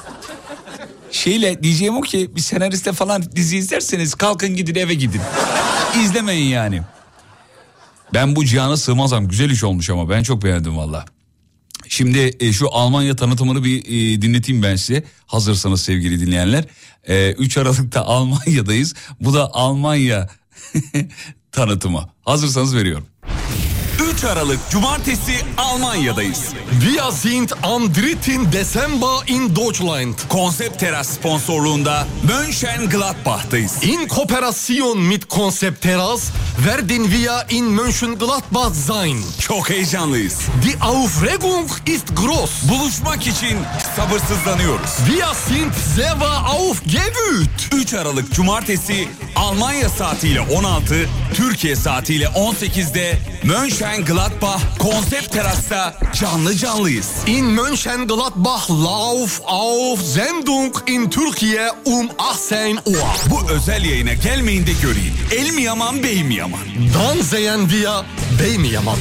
Şeyle diyeceğim o ki bir senariste falan dizi izlerseniz kalkın gidin eve gidin. İzlemeyin yani. Ben bu cihana sığmazam, güzel iş olmuş ama ben çok beğendim valla. Şimdi e, şu Almanya tanıtımını bir e, dinleteyim ben size. Hazırsanız sevgili dinleyenler. E, üç Aralık'ta Almanya'dayız. Bu da Almanya tanıtımı. Hazırsanız veriyorum. üç Aralık Cumartesi Almanya'dayız. Wir sind am dritten Dezember in Deutschland. Konsept Teras sponsorluğunda Mönchengladbach'tayız. In Kooperation mit Konsept Teras werden wir in Mönchengladbach sein. Çok heyecanlıyız. Die Aufregung ist groß. Buluşmak için sabırsızlanıyoruz. Wir sind sehr aufgewühlt. üç Aralık Cumartesi Almanya saatiyle on altı, Türkiye saatiyle on sekizde Mönchengladbach Konsept Teras'ta canlı canlıyız. In Mönchengladbach Lauf auf Sendung in Türkiye um achtzehn Uhr. Bu özel yayına gelmeyin de göreyim. El mi yaman, bey mi yaman? Dann sehen wir bey mi yaman.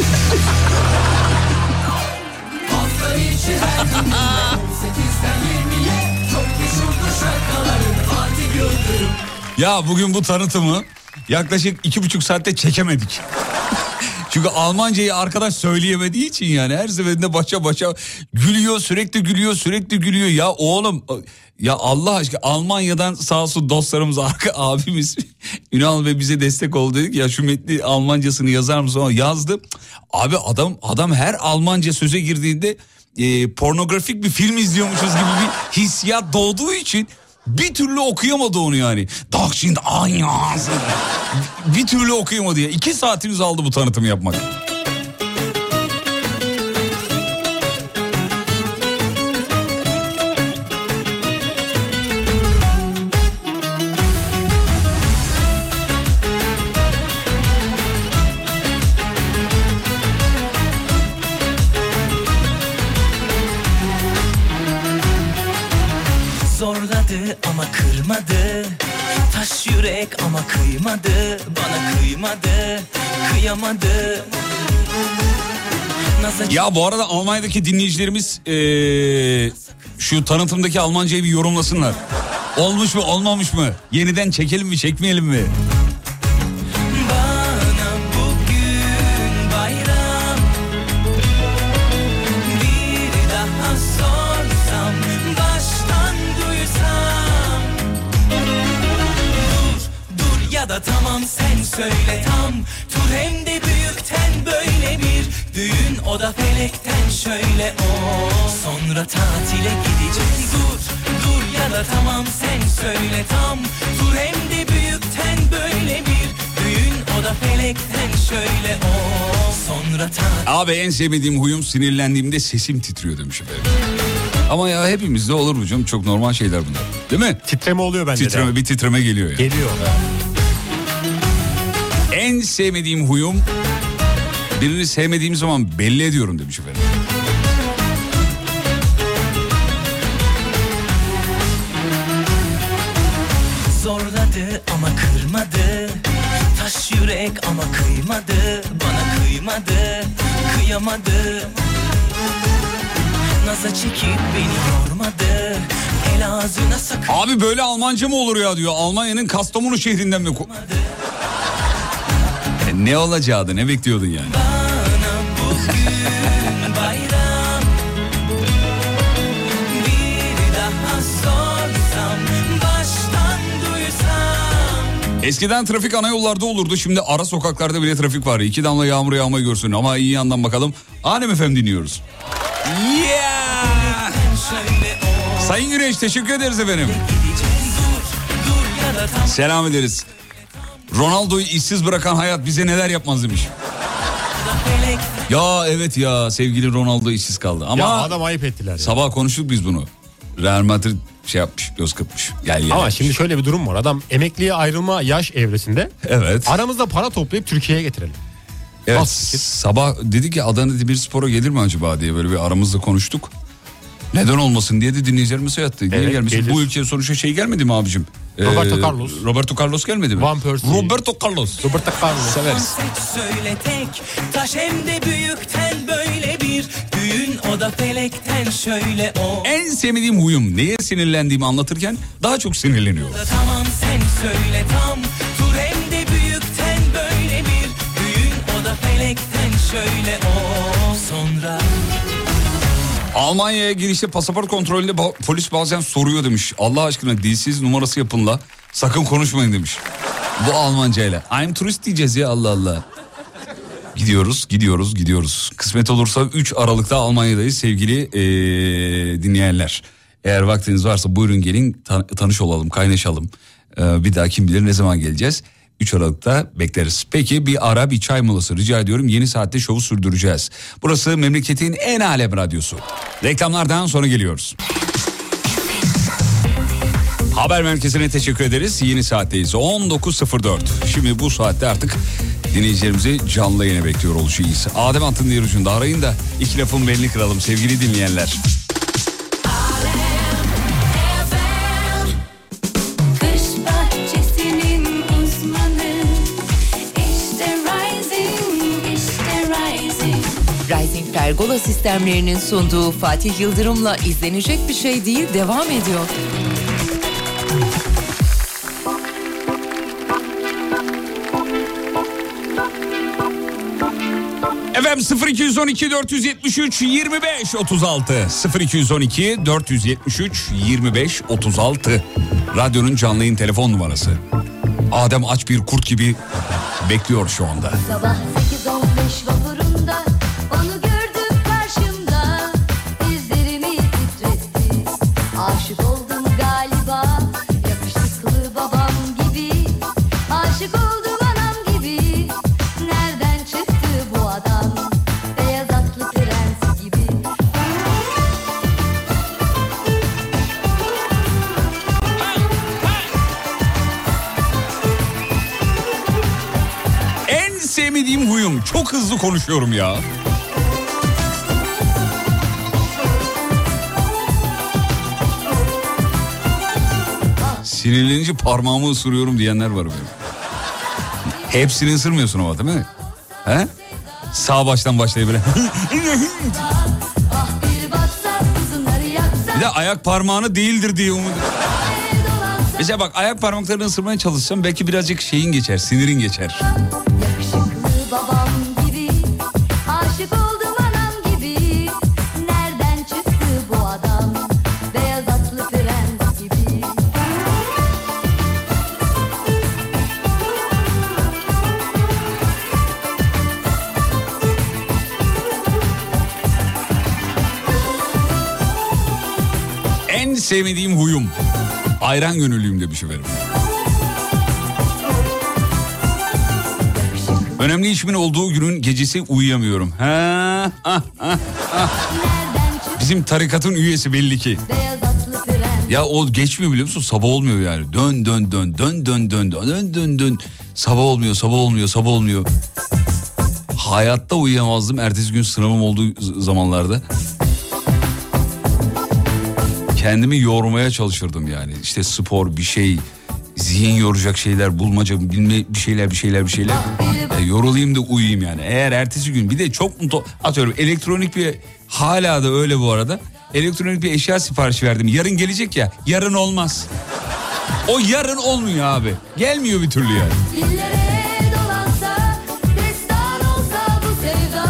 Hafta içi her gün sekizden yirmiye çok meşhurdur şarkıların Fatih Yıldırım. Ya bugün bu tanıtımı yaklaşık iki buçuk saatte çekemedik. Çünkü Almancayı arkadaş söyleyemediği için yani her seferinde başa başa gülüyor, sürekli gülüyor, sürekli gülüyor. Ya oğlum, ya Allah aşkına, Almanya'dan sağ olsun dostlarımız, arka abimiz Ünal Bey bize destek oldu, dedik ya şu metni Almancasını yazar mısın? O yazdı. Abi adam adam her Almanca söze girdiğinde e, pornografik bir film izliyormuşuz gibi bir hissiyat doğduğu için bir türlü okuyamadı onu yani. Dakşind anyaz. Bir türlü okuyamadı ya. İki saatimiz aldı bu tanıtımı yapmak. Zorladı ama kırmadı, taş yürek ama kıymadı, bana kıymadı, kıyamadı. Ya bu arada Almanya'daki dinleyicilerimiz ee, şu tanıtımdaki Almancayı bir yorumlasınlar. Olmuş mu olmamış mı? Yeniden çekelim mi çekmeyelim mi? Bana bugün bayram, bir daha sorsam, baştan duysam. Dur, dur ya da tamam sen söyle tam, tur hem de büyükten böyle bir düğün o o da felekten şöyle o. Sonra tatile gideceğiz. Dur, dur ya da tamam sen söyle tam. Tur hem de büyükten böyle bir düğün, o da felekten şöyle o. Sonra tatile... Abi en sevmediğim huyum sinirlendiğimde sesim titriyor demiş efendim. Ama ya hepimizde olur mu canım? Çok normal şeyler bunlar. Değil mi? Titreme oluyor bende titreme, de. Bir titreme geliyor ya. Geliyor. En sevmediğim huyum, birini sevmediğim zaman belli ediyorum demiş efendim. Zorladı ama kırmadı, taş yürek ama kıymadı, bana kıymadı, kıyamadı. Naza çekip beni yormadı, el ağzına sakın. Abi böyle Almanca mı olur ya diyor. Almanya'nın Kastamonu şehrinden mi? E ne olacaktı, ne bekliyordun yani? Bana bugün bayram, bir daha sorsam, baştan duysam. Eskiden trafik ana yollarda olurdu, şimdi ara sokaklarda bile trafik var. İki damla yağmur yağmayı görsün ama iyi yandan bakalım. Alem Efem dinliyoruz. Yeah! Sayın Güneş teşekkür ederiz efendim. Selam ederiz. Ronaldo'yu işsiz bırakan hayat bize neler yapmaz demiş. Ya evet ya, sevgili Ronaldo işsiz kaldı. Ama ya adam ayıp ettiler. Ya. Sabah konuştuk biz bunu. Real Madrid şey yapmış, göz kırpmış. Gel gel. Ama yapmış. şimdi şöyle bir durum var. Adam emekliye ayrılma yaş evresinde. Evet. Aramızda para toplayıp Türkiye'ye getirelim. Evet, sabah dedi ki Adana Demirspor'a gelir mi acaba diye böyle bir aramızda konuştuk. Neden olmasın diye de dinleyicilerimiz yattı. Niye evet, gelmesin? gelir. Bu ülkeye sonuçta şey gelmedi mi abicim? Roberto ee, Carlos. Roberto Carlos gelmedi mi? Van Persie. Roberto Carlos. Roberto Carlos. Severiz. Söyle tek taş hem de büyükten böyle bir düğün, o da felekten şöyle o. En sevmediğim huyum, neye sinirlendiğimi anlatırken daha çok sinirleniyorum. Tamam sen söyle tam, tur hem de büyükten böyle bir düğün, o da felekten şöyle o. Sonra Almanya'ya girişte pasaport kontrolünde ba- polis bazen soruyor demiş. Allah aşkına dilsiz numarası yapınla sakın konuşmayın demiş. Bu Almancayla. I'm turist diyeceğiz ya, Allah Allah. Gidiyoruz, gidiyoruz, gidiyoruz. Kısmet olursa üç Aralık'ta Almanya'dayız sevgili ee, dinleyenler. Eğer vaktiniz varsa buyurun gelin, tan- tanış olalım, kaynaşalım. Ee, bir daha kim bilir ne zaman geleceğiz. üç Aralık'ta bekleriz. Peki bir ara, bir çay molası rica ediyorum. Yeni saatte şovu sürdüreceğiz. Burası memleketin en alem radyosu. Reklamlardan sonra geliyoruz. Haber merkezine teşekkür ederiz. Yeni saatteyiz. on dokuz sıfır dört. Şimdi bu saatte artık dinleyicilerimizi canlı yayına bekliyor olacağız. Adem Antın diğer ucunda arayın da iki lafın belini kıralım sevgili dinleyenler. Rising Pergola sistemlerinin sunduğu Fatih Yıldırım'la izlenecek bir şey değil devam ediyor. Efendim sıfır iki on iki dört yetmiş üç yirmi beş otuz altı sıfır iki on iki dört yetmiş üç yirmi beş otuz altı radyonun canlı yayın telefon numarası. Adem aç bir kurt gibi bekliyor şu anda. Sabah sekiz on beş vapurunda onu gördüm karşımda, dizlerimi titretti, aşık oldum galiba, yakışıklı babam gibi, aşık oldum anam gibi, nereden çıktı bu adam, beyaz atlı prens gibi. En sevmediğim huyum, çok hızlı konuşuyorum ya. Sinirlenince parmağımı ısırıyorum diyenler var benim. Hepsini ısırmıyorsun ama değil mi? He? Sağ baştan başlayabilir. Bir de ayak parmağını değildir diye umut. Mesela bak, ayak parmaklarını ısırmaya çalışsam belki birazcık şeyin geçer, sinirin geçer. Yakışıklı babam gibi, aşık oldum anam gibi, nereden çıktı bu adam, beyaz atlı prens gibi. En sevmediğim huyum. Ayran gönüllüyüm demiş efendim. Önemli işimin olduğu günün gecesi uyuyamıyorum. Ha, ha, ha, ha. Bizim tarikatın üyesi belli ki. Ya o geçmiyor biliyor musun? Sabah olmuyor yani. Dön dön dön dön dön dön dön dön dön. Sabah olmuyor, sabah olmuyor, sabah olmuyor. Hayatta uyuyamazdım ertesi gün sınavım olduğu zamanlarda. Kendimi yormaya çalışırdım yani. İşte spor, bir şey, zihin yoracak şeyler, bulmaca, bilme bir şeyler, bir şeyler, bir şeyler. Yani yorulayım da uyuyayım yani. Eğer ertesi gün bir de çok mutlu atıyorum elektronik bir, hala da öyle bu arada. Elektronik bir eşya siparişi verdim. Yarın gelecek ya, yarın olmaz. O yarın olmuyor abi. Gelmiyor bir türlü yani. Dillere dolansa, destan olsa bu sevda.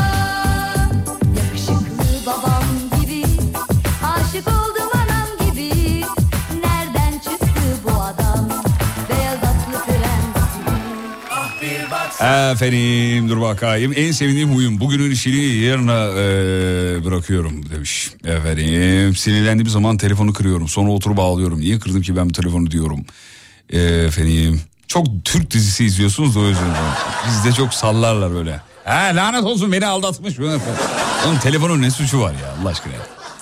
Yakışıklı babam gibi, aşık oldum anam gibi. Nereden çıktı bu adam, beyaz atlı prens gibi. Efendim dur bakayım. En sevdiğim huyum. Bugünün işini yarına e, bırakıyorum demiş. Efendim sinirlendiğim zaman telefonu kırıyorum. Sonra oturup ağlıyorum. Niye kırdım ki ben bu telefonu diyorum. E, efendim çok Türk dizisi izliyorsunuz da o yüzden. Bizde çok sallarlar böyle. Ha lanet olsun beni aldatmış. Onun telefonun ne suçu var ya Allah aşkına.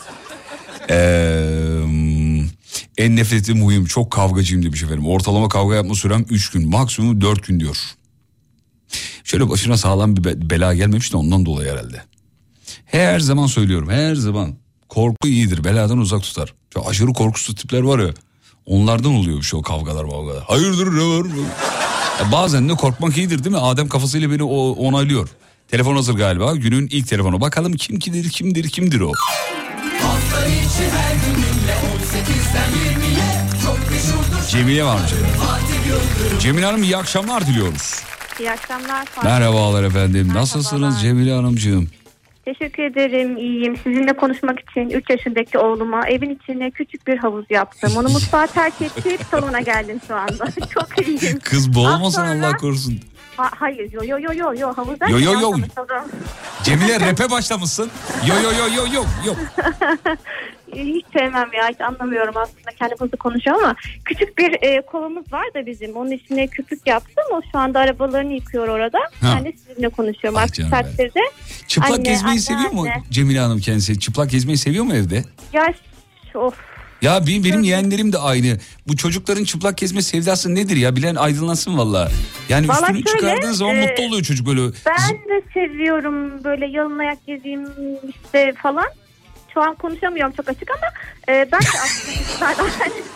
Eee... En nefret ettiğim huyum, çok kavgacıyım demiş efendim. Ortalama kavga yapma sürem üç gün, maksimum dört gün diyor. Şöyle başına sağlam bir bela gelmemiş de ondan dolayı herhalde. Her zaman söylüyorum, her zaman korku iyidir, beladan uzak tutar. Şu aşırı korkusuz tipler var ya, onlardan oluyor şu kavgalar mavgalar. Hayırdır ne var? Ya bazen de korkmak iyidir değil mi? Adem kafasıyla beni onaylıyor. Telefon hazır galiba, günün ilk telefonu. Bakalım kim kimdir, kimdir, kimdir o? Hafta içi her gününle on sekizden yirmiye çok meşhurdur. Cemile varmış efendim. Cemile Hanım iyi akşamlar diliyoruz. İyi akşamlar. Fatih. Merhabalar efendim. Nasılsınız Cemile Hanımcığım? Teşekkür ederim. İyiyim. Sizinle konuşmak için üç yaşındaki oğluma evin içine küçük bir havuz yaptım. Onu mutfağa terk edip salona geldim şu anda. Çok iyiyim. Kız boğulmasın sonra... Allah korusun. Ha, hayır yo yo yo yo yo havuzdan. Yo yo yo. Cemile rap'e başlamışsın. Yo yo yo yo yo yo. Hiç sevmem ya, hiç anlamıyorum aslında, kendim hızlı konuşuyor ama küçük bir e, kovamız var da bizim, onun içine köpük yaptım, o şu anda arabalarını yıkıyor orada. Ha. Ben de sizinle konuşuyorum artık takdirde. Çıplak anne, gezmeyi anne, seviyor mu anne. Cemile Hanım kendisi? Çıplak gezmeyi seviyor mu evde? Ya of. Ya benim, benim yeğenlerim de aynı. Bu çocukların çıplak gezme sevdası nedir ya? Bilen aydınlansın valla. Yani Vallahi üstünü şöyle, çıkardığın zaman e, mutlu oluyor çocuk böyle. Ben de seviyorum böyle yalın ayak gezeyim işte falan. Şu an konuşamıyorum çok açık ama e, ben de aslında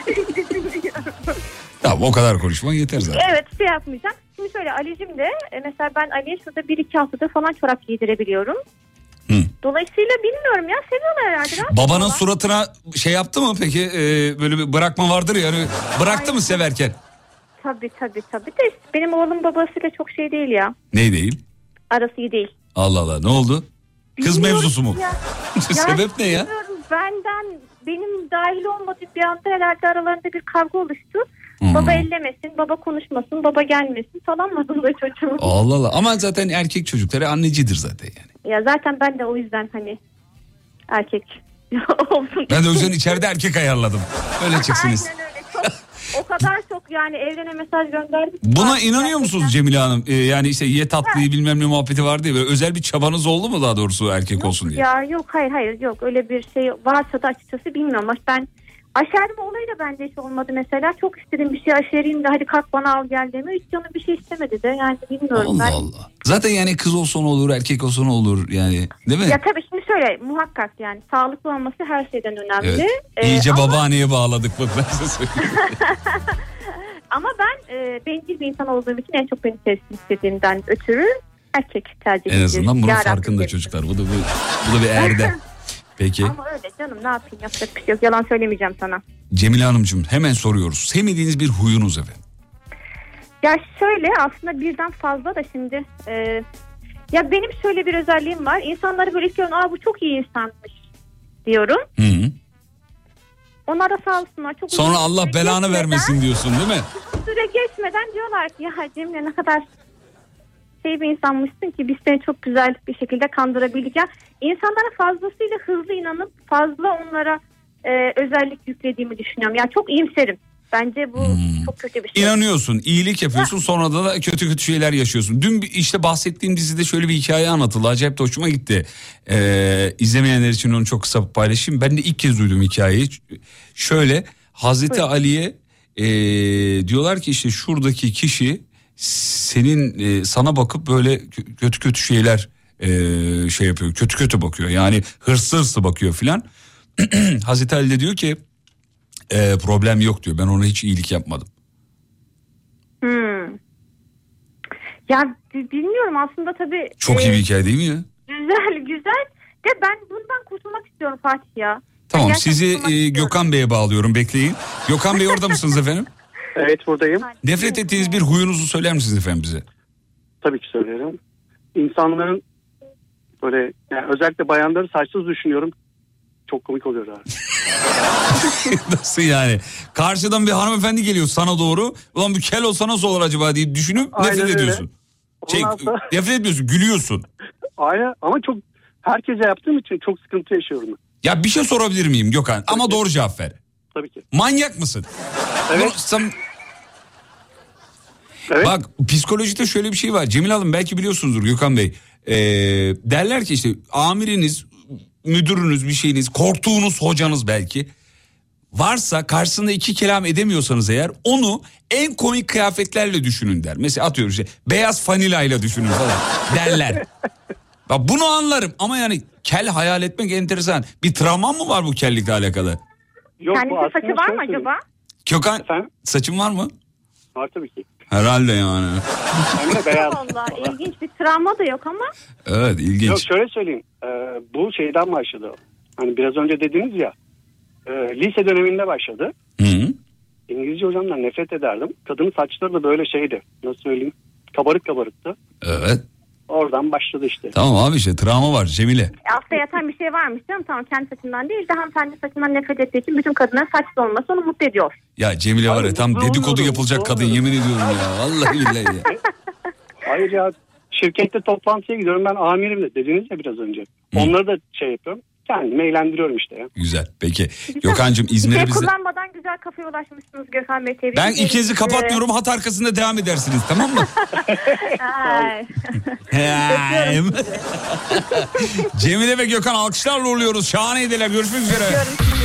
Tamam o kadar konuşman yeter zaten. Evet şey yapmayacağım. Şimdi şöyle Ali'cim de e, mesela ben Ali'ye şurada bir iki haftadır falan çorap giydirebiliyorum. Hı. Dolayısıyla bilmiyorum ya, seviyorlar herhalde. Babanın seviyorlar. suratına şey yaptı mı peki, ee, böyle bir bırakma vardır ya, yani bıraktı Ay, mı severken? Tabii tabii tabii de benim oğlum babasıyla çok şey değil ya. Ne değil? Arası iyi değil. Allah Allah, ne oldu? Kız Bilmiyorum mevzusu mu? Ya. Sebep ne ya? Benden benim dahil olmadığım bir anda herhalde aralarında bir kavga oluştu. Hmm. Baba ellemesin, baba konuşmasın, baba gelmesin falan modunda çocuğum. Allah Allah, ama zaten erkek çocukları annecidir zaten yani. Ya zaten ben de o yüzden hani erkek olsun. Ben de o yüzden içeride erkek ayarladım. Öyle çıksınız. Aynen öyle. Çok, o kadar çok yani evrene mesaj gönderdik. Buna Artık inanıyor musunuz gerçekten Cemile Hanım? Ee, yani işte ye tatlıyı bilmem ne muhabbeti vardı ya. Böyle özel bir çabanız oldu mu daha doğrusu erkek yok olsun diye? Ya yok hayır hayır yok, öyle bir şey varsa da açıkçası bilmiyorum. Ben aşerme olayı da bende hiç olmadı mesela. Çok istedim bir şey aşereyim de hadi kalk bana al gel deme. Hiç canım bir şey istemedi de yani bilmiyorum. Allah ben. Allah. Zaten yani kız olsa ne olur, erkek olsa ne olur yani, değil mi? Ya tabii şimdi şöyle muhakkak yani sağlıklı olması her şeyden önemli. Evet. Ee, İyice ama... babaanneye bağladık bak ben size söyleyeyim. Ama ben e, bencil bir insan olduğum için en çok beni sevsin istediğimden ötürü erkek tercih ediyorum. En azından bunun Yarabbim farkında benim. çocuklar. Bu da bu, bu da bir erdem. Peki. Ama öyle canım, ne yapayım, yapacak bir şey yok. Yalan söylemeyeceğim sana. Cemile Hanımcığım hemen soruyoruz. Sevmediğiniz bir huyunuz efendim? Ya şöyle aslında birden fazla da şimdi e, ya benim şöyle bir özelliğim var. İnsanları böyle istiyorum, aa bu çok iyi insanmış diyorum. Hı hı. Onlar da sağ olsunlar. Çok Sonra Allah belanı geçmeden, vermesin diyorsun değil mi? Süre geçmeden diyorlar ki ya Cemile ne kadar şey bir insanmışsın ki biz seni çok güzel bir şekilde kandırabildik. Ya insanlara fazlasıyla hızlı inanıp fazla onlara e, özellik yüklediğimi düşünüyorum. Yani çok iyimserim. Bence bu hmm. çok kötü bir şey. İnanıyorsun, iyilik yapıyorsun, ya. Sonra da, da kötü kötü şeyler yaşıyorsun. Dün işte bahsettiğim dizide şöyle bir hikaye anlatıldı. Acayip de hoşuma gitti. Ee, izlemeyenler için onu çok kısa paylaşayım. Ben de ilk kez duydum hikayeyi. Şöyle, Hazreti Buyurun. Ali'ye e, diyorlar ki işte şuradaki kişi senin e, sana bakıp böyle kötü kötü şeyler e, şey yapıyor. Kötü kötü bakıyor. Yani hırslı hırslı bakıyor filan. Hazreti Ali de diyor ki e, problem yok diyor. Ben ona hiç iyilik yapmadım. Hmm. Ya bilmiyorum aslında tabii. Çok e, iyi bir hikaye değil mi ya? Güzel güzel. De ben bundan kurtulmak istiyorum Fatih ya. Tamam, sizi e, Gökhan Bey'e bağlıyorum, bekleyin. Gökhan Bey orada mısınız efendim? Evet, buradayım. Nefret ettiğiniz bir huyunuzu söyler misiniz efendim bize? Tabii ki söylerim. İnsanların böyle yani özellikle bayanları saçsız düşünüyorum. Çok komik oluyor abi. Nasıl yani? Karşıdan bir hanımefendi geliyor sana doğru. Ulan bir kel olsa nasıl olur acaba diye düşünüp Aynen nefret öyle. ediyorsun. Şey, sonra... Nefret etmiyorsun, gülüyorsun. Aynen, ama çok herkese yaptığım için çok sıkıntı yaşıyorum. Ya bir şey sorabilir miyim Gökhan? Tabii Ama ki. Doğru cevap ver. Tabii ki. Manyak mısın? Evet. Sen... evet. Bak, psikolojide şöyle bir şey var. Cemil Hanım belki biliyorsunuzdur Gökhan Bey. Ee, derler ki işte amiriniz, müdürünüz, bir şeyiniz, korktuğunuz hocanız belki varsa, karşısında iki kelam edemiyorsanız eğer, onu en komik kıyafetlerle düşünün der. Mesela atıyorum işte beyaz fanilayla düşünün falan derler. Bak bunu anlarım ama yani kel hayal etmek enteresan. Bir travman mı var bu kellikle alakalı? Yok, Kendisi saçı var mı acaba? Gökhan, Efendim? saçın var mı? Var tabii ki. Herhalde yani. Hem de beyaz. Allah, ilginç bir travma da yok ama. Evet, ilginç. Yok, şöyle söyleyeyim. Ee, bu şeyden başladı. Hani biraz önce dediniz ya. E, lise döneminde başladı. Hı. İngilizce hocamdan nefret ederdim. Kadının saçları da böyle şeydi. Nasıl söyleyeyim? Kabarık kabarıktı. Evet. Oradan başladı işte. Tamam abi, işte travma var Cemile. Altta yatan bir şey varmış canım. Tamam, kendi saçından değil de hanımefendi saçından nefret ettiği için bütün kadınların saçlı olması onu mutlu ediyor. Ya Cemile var ya, tam dedikodu yapılacak kadın, yemin ediyorum ya. Vallahi billahi ya. Ayrıca şirkette toplantıya gidiyorum. Ben amirimle dediniz ya biraz önce. Hı. Onları da şey yapıyorum. Kendimi eğlendiriyorum işte ya. Güzel. Peki Gökhan'cığım, İzmir'e bize... kullanmadan güzel kafaya ulaşmışsınız Gökhan Bey. Tebrik ben ikinizi kapatmıyorum, hat arkasında devam edersiniz, tamam mı? Cemile ve Gökhan alkışlarla oluyoruz. Şahaneydiler. Görüşmek üzere.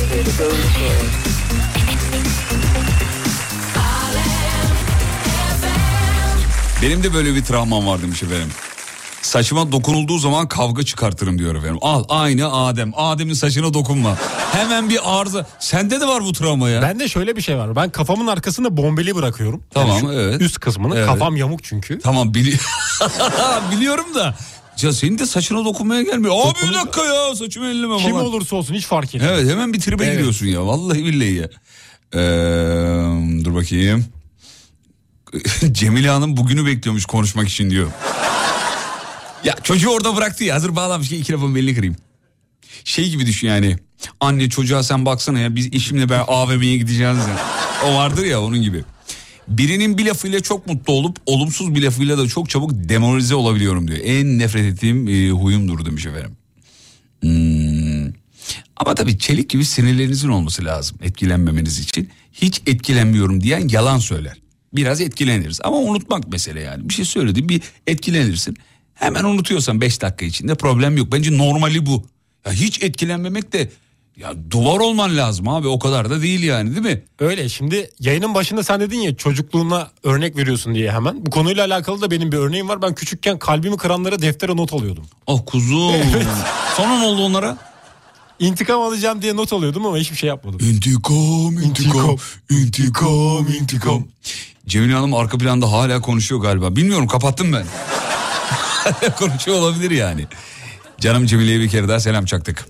Benim de böyle bir travmam var demiş efendim. Saçıma dokunulduğu zaman kavga çıkartırım diyor efendim. Al, aynı Adem. Adem'in saçına dokunma. Hemen bir arıza. Sende de var bu travma ya. Bende şöyle bir şey var. Ben kafamın arkasında bombeli bırakıyorum. Tamam, yani evet. Üst kısmını. Evet. Kafam yamuk çünkü. Tamam, bili biliyorum da. Ya senin de saçına dokunmaya gelmiyor. Abi Dokun... bir dakika ya, saçımı elleme falan. Kim olursa olsun hiç fark etmiyor. Evet, hemen bir tribe evet. giriyorsun ya. Vallahi billahi ya. Ee, dur bakayım. Cemile Hanım bugünü bekliyormuş konuşmak için diyor. Ya çocuğu orada bıraktı ya, hazır bağlamış ki iki lafın belini kırayım. Şey gibi düşün yani. Anne çocuğa sen baksana ya, biz eşimle ben A V M'ye gideceğiz ya. O vardır ya, onun gibi. Birinin bir lafıyla çok mutlu olup olumsuz bir lafıyla da çok çabuk demoralize olabiliyorum diyor. En nefret ettiğim e, huyumdur demiş efendim. Hmm. Ama tabii çelik gibi sinirlerinizin olması lazım etkilenmemeniz için. Hiç etkilenmiyorum diyen yalan söyler. Biraz etkileniriz ama unutmak mesele yani. Bir şey söyledi, bir etkilenirsin. Hemen unutuyorsan beş dakika içinde problem yok. Bence normali bu. Ya hiç etkilenmemek de ya duvar olman lazım abi, o kadar da değil yani, değil mi? Öyle. Şimdi yayının başında sen dedin ya çocukluğuna örnek veriyorsun diye hemen. Bu konuyla alakalı da benim bir örneğim var. Ben küçükken kalbimi kıranlara deftere not alıyordum. Oh kuzum. Evet. Sonra ne oldu onlara? İntikam alacağım diye not alıyordum ama hiçbir şey yapmadım. İntikam, intikam, intikam, intikam. Cemile Hanım arka planda hala konuşuyor galiba. Bilmiyorum, kapattım ben. Konuşuyor olabilir yani. Canım Cemile'ye bir kere daha selam çaktık.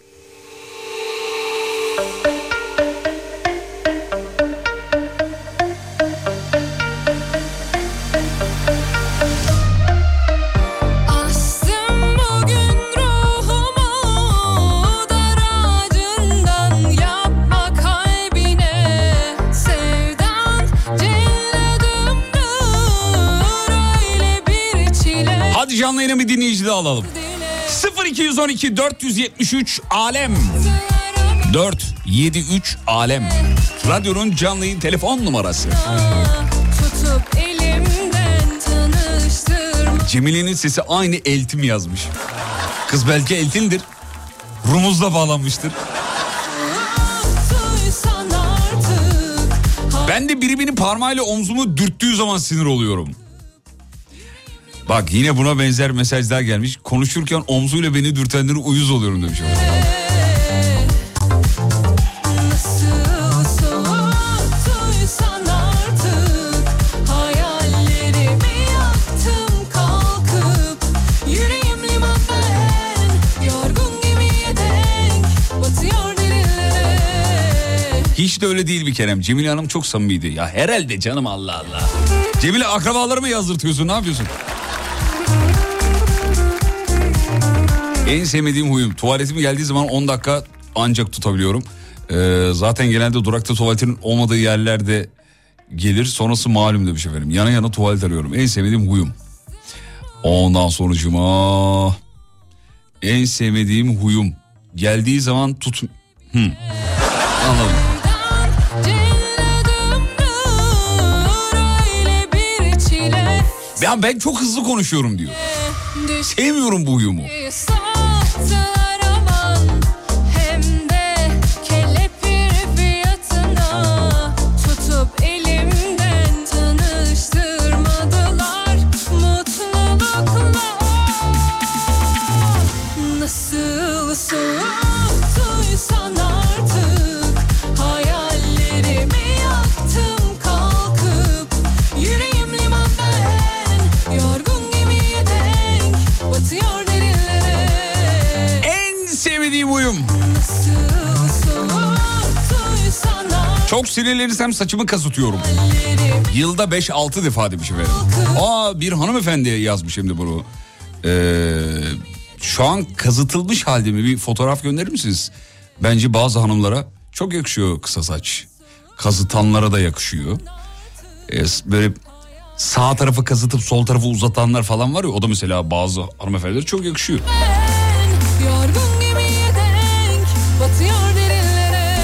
Canlı yayına bir dinleyici de alalım. sıfır iki on iki dört yüz yetmiş üç alem. dört yedi üç Alem. Radyonun canlı yayın telefon numarası. Tutup elimden tanıştırma. Cemile'nin sesi aynı eltim yazmış. Kız belki eltindir. Rumuzla bağlanmıştır. Ben de biri beni parmağıyla omzumu dürttüğü zaman sinir oluyorum. Bak yine buna benzer mesajlar gelmiş. Konuşurken omzuyla beni dürtenlere uyuz oluyorum demiş. Hiç de öyle değil bir Kerem. Cemile Hanım çok samimiydi. Ya herhalde canım, Allah Allah. Cemile akrabaları mı yazdırtıyorsun, ne yapıyorsun? En sevmediğim huyum. Tuvaletim geldiği zaman on dakika ancak tutabiliyorum. Ee, zaten genelde durakta tuvaletin olmadığı yerlerde gelir. Sonrası malum demiş efendim. Yana yana tuvalet arıyorum. En sevmediğim huyum. Ondan sonucuma en sevmediğim huyum. Geldiği zaman tut... Hmm. Anladım. Ya ben çok hızlı konuşuyorum diyor. Sevmiyorum bu huyumu. Çok sinirlenirsem saçımı kazıtıyorum. Yılda beş altı defa demiş efendim. Aa, bir hanımefendi yazmış şimdi bunu. Ee, şu an kazıtılmış halde mi, bir fotoğraf gönderir misiniz? Bence bazı hanımlara çok yakışıyor kısa saç. Kazıtanlara da yakışıyor. Ee, böyle sağ tarafı kazıtıp sol tarafı uzatanlar falan var ya, o da mesela bazı hanımefendilere çok yakışıyor. Yorgun gemiye denk batıyor derinlere.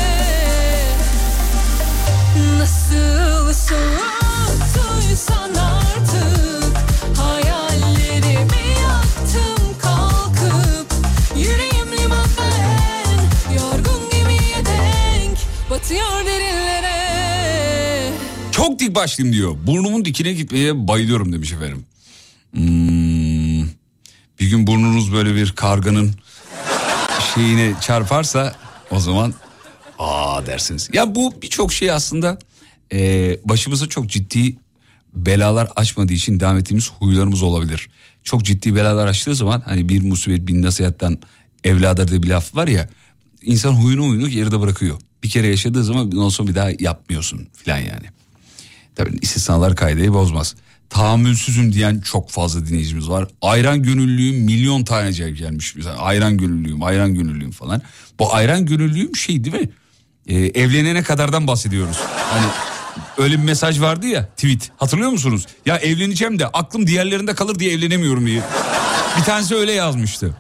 Nasıl soğuttuysan artık hayallerimi yaktım kalkıp. Yüreğim liman ben yorgun gemiye denk batıyor derinlere. Çok dik başlıyım diyor. Burnumun dikine gitmeye bayılıyorum demiş efendim. Hmm, bir gün burnunuz böyle bir karganın şeyine çarparsa o zaman aa dersiniz. Ya bu birçok şey aslında e, başımıza çok ciddi belalar açmadığı için devam ettiğimiz huylarımız olabilir. Çok ciddi belalar açtığı zaman hani bir musibet bin nasihattan evladır diye bir laf var ya, insan huyunu huyunu geride bırakıyor. Bir kere yaşadığı zaman ondan sonra bir daha yapmıyorsun filan yani. Tabii istisnalar kaideyi bozmaz. Tahammülsüzüm diyen çok fazla dinleyicimiz var. Ayran gönüllüyüm milyon tane cevap gelmiş. Mesela ayran gönüllüyüm, ayran gönüllüyüm falan. Bu ayran gönüllüyüm şey değil mi? Ee, evlenene kadardan bahsediyoruz. Hani öyle bir mesaj vardı ya, tweet. Hatırlıyor musunuz? Ya evleneceğim de aklım diğerlerinde kalır diye evlenemiyorum diye. Bir tanesi öyle yazmıştı.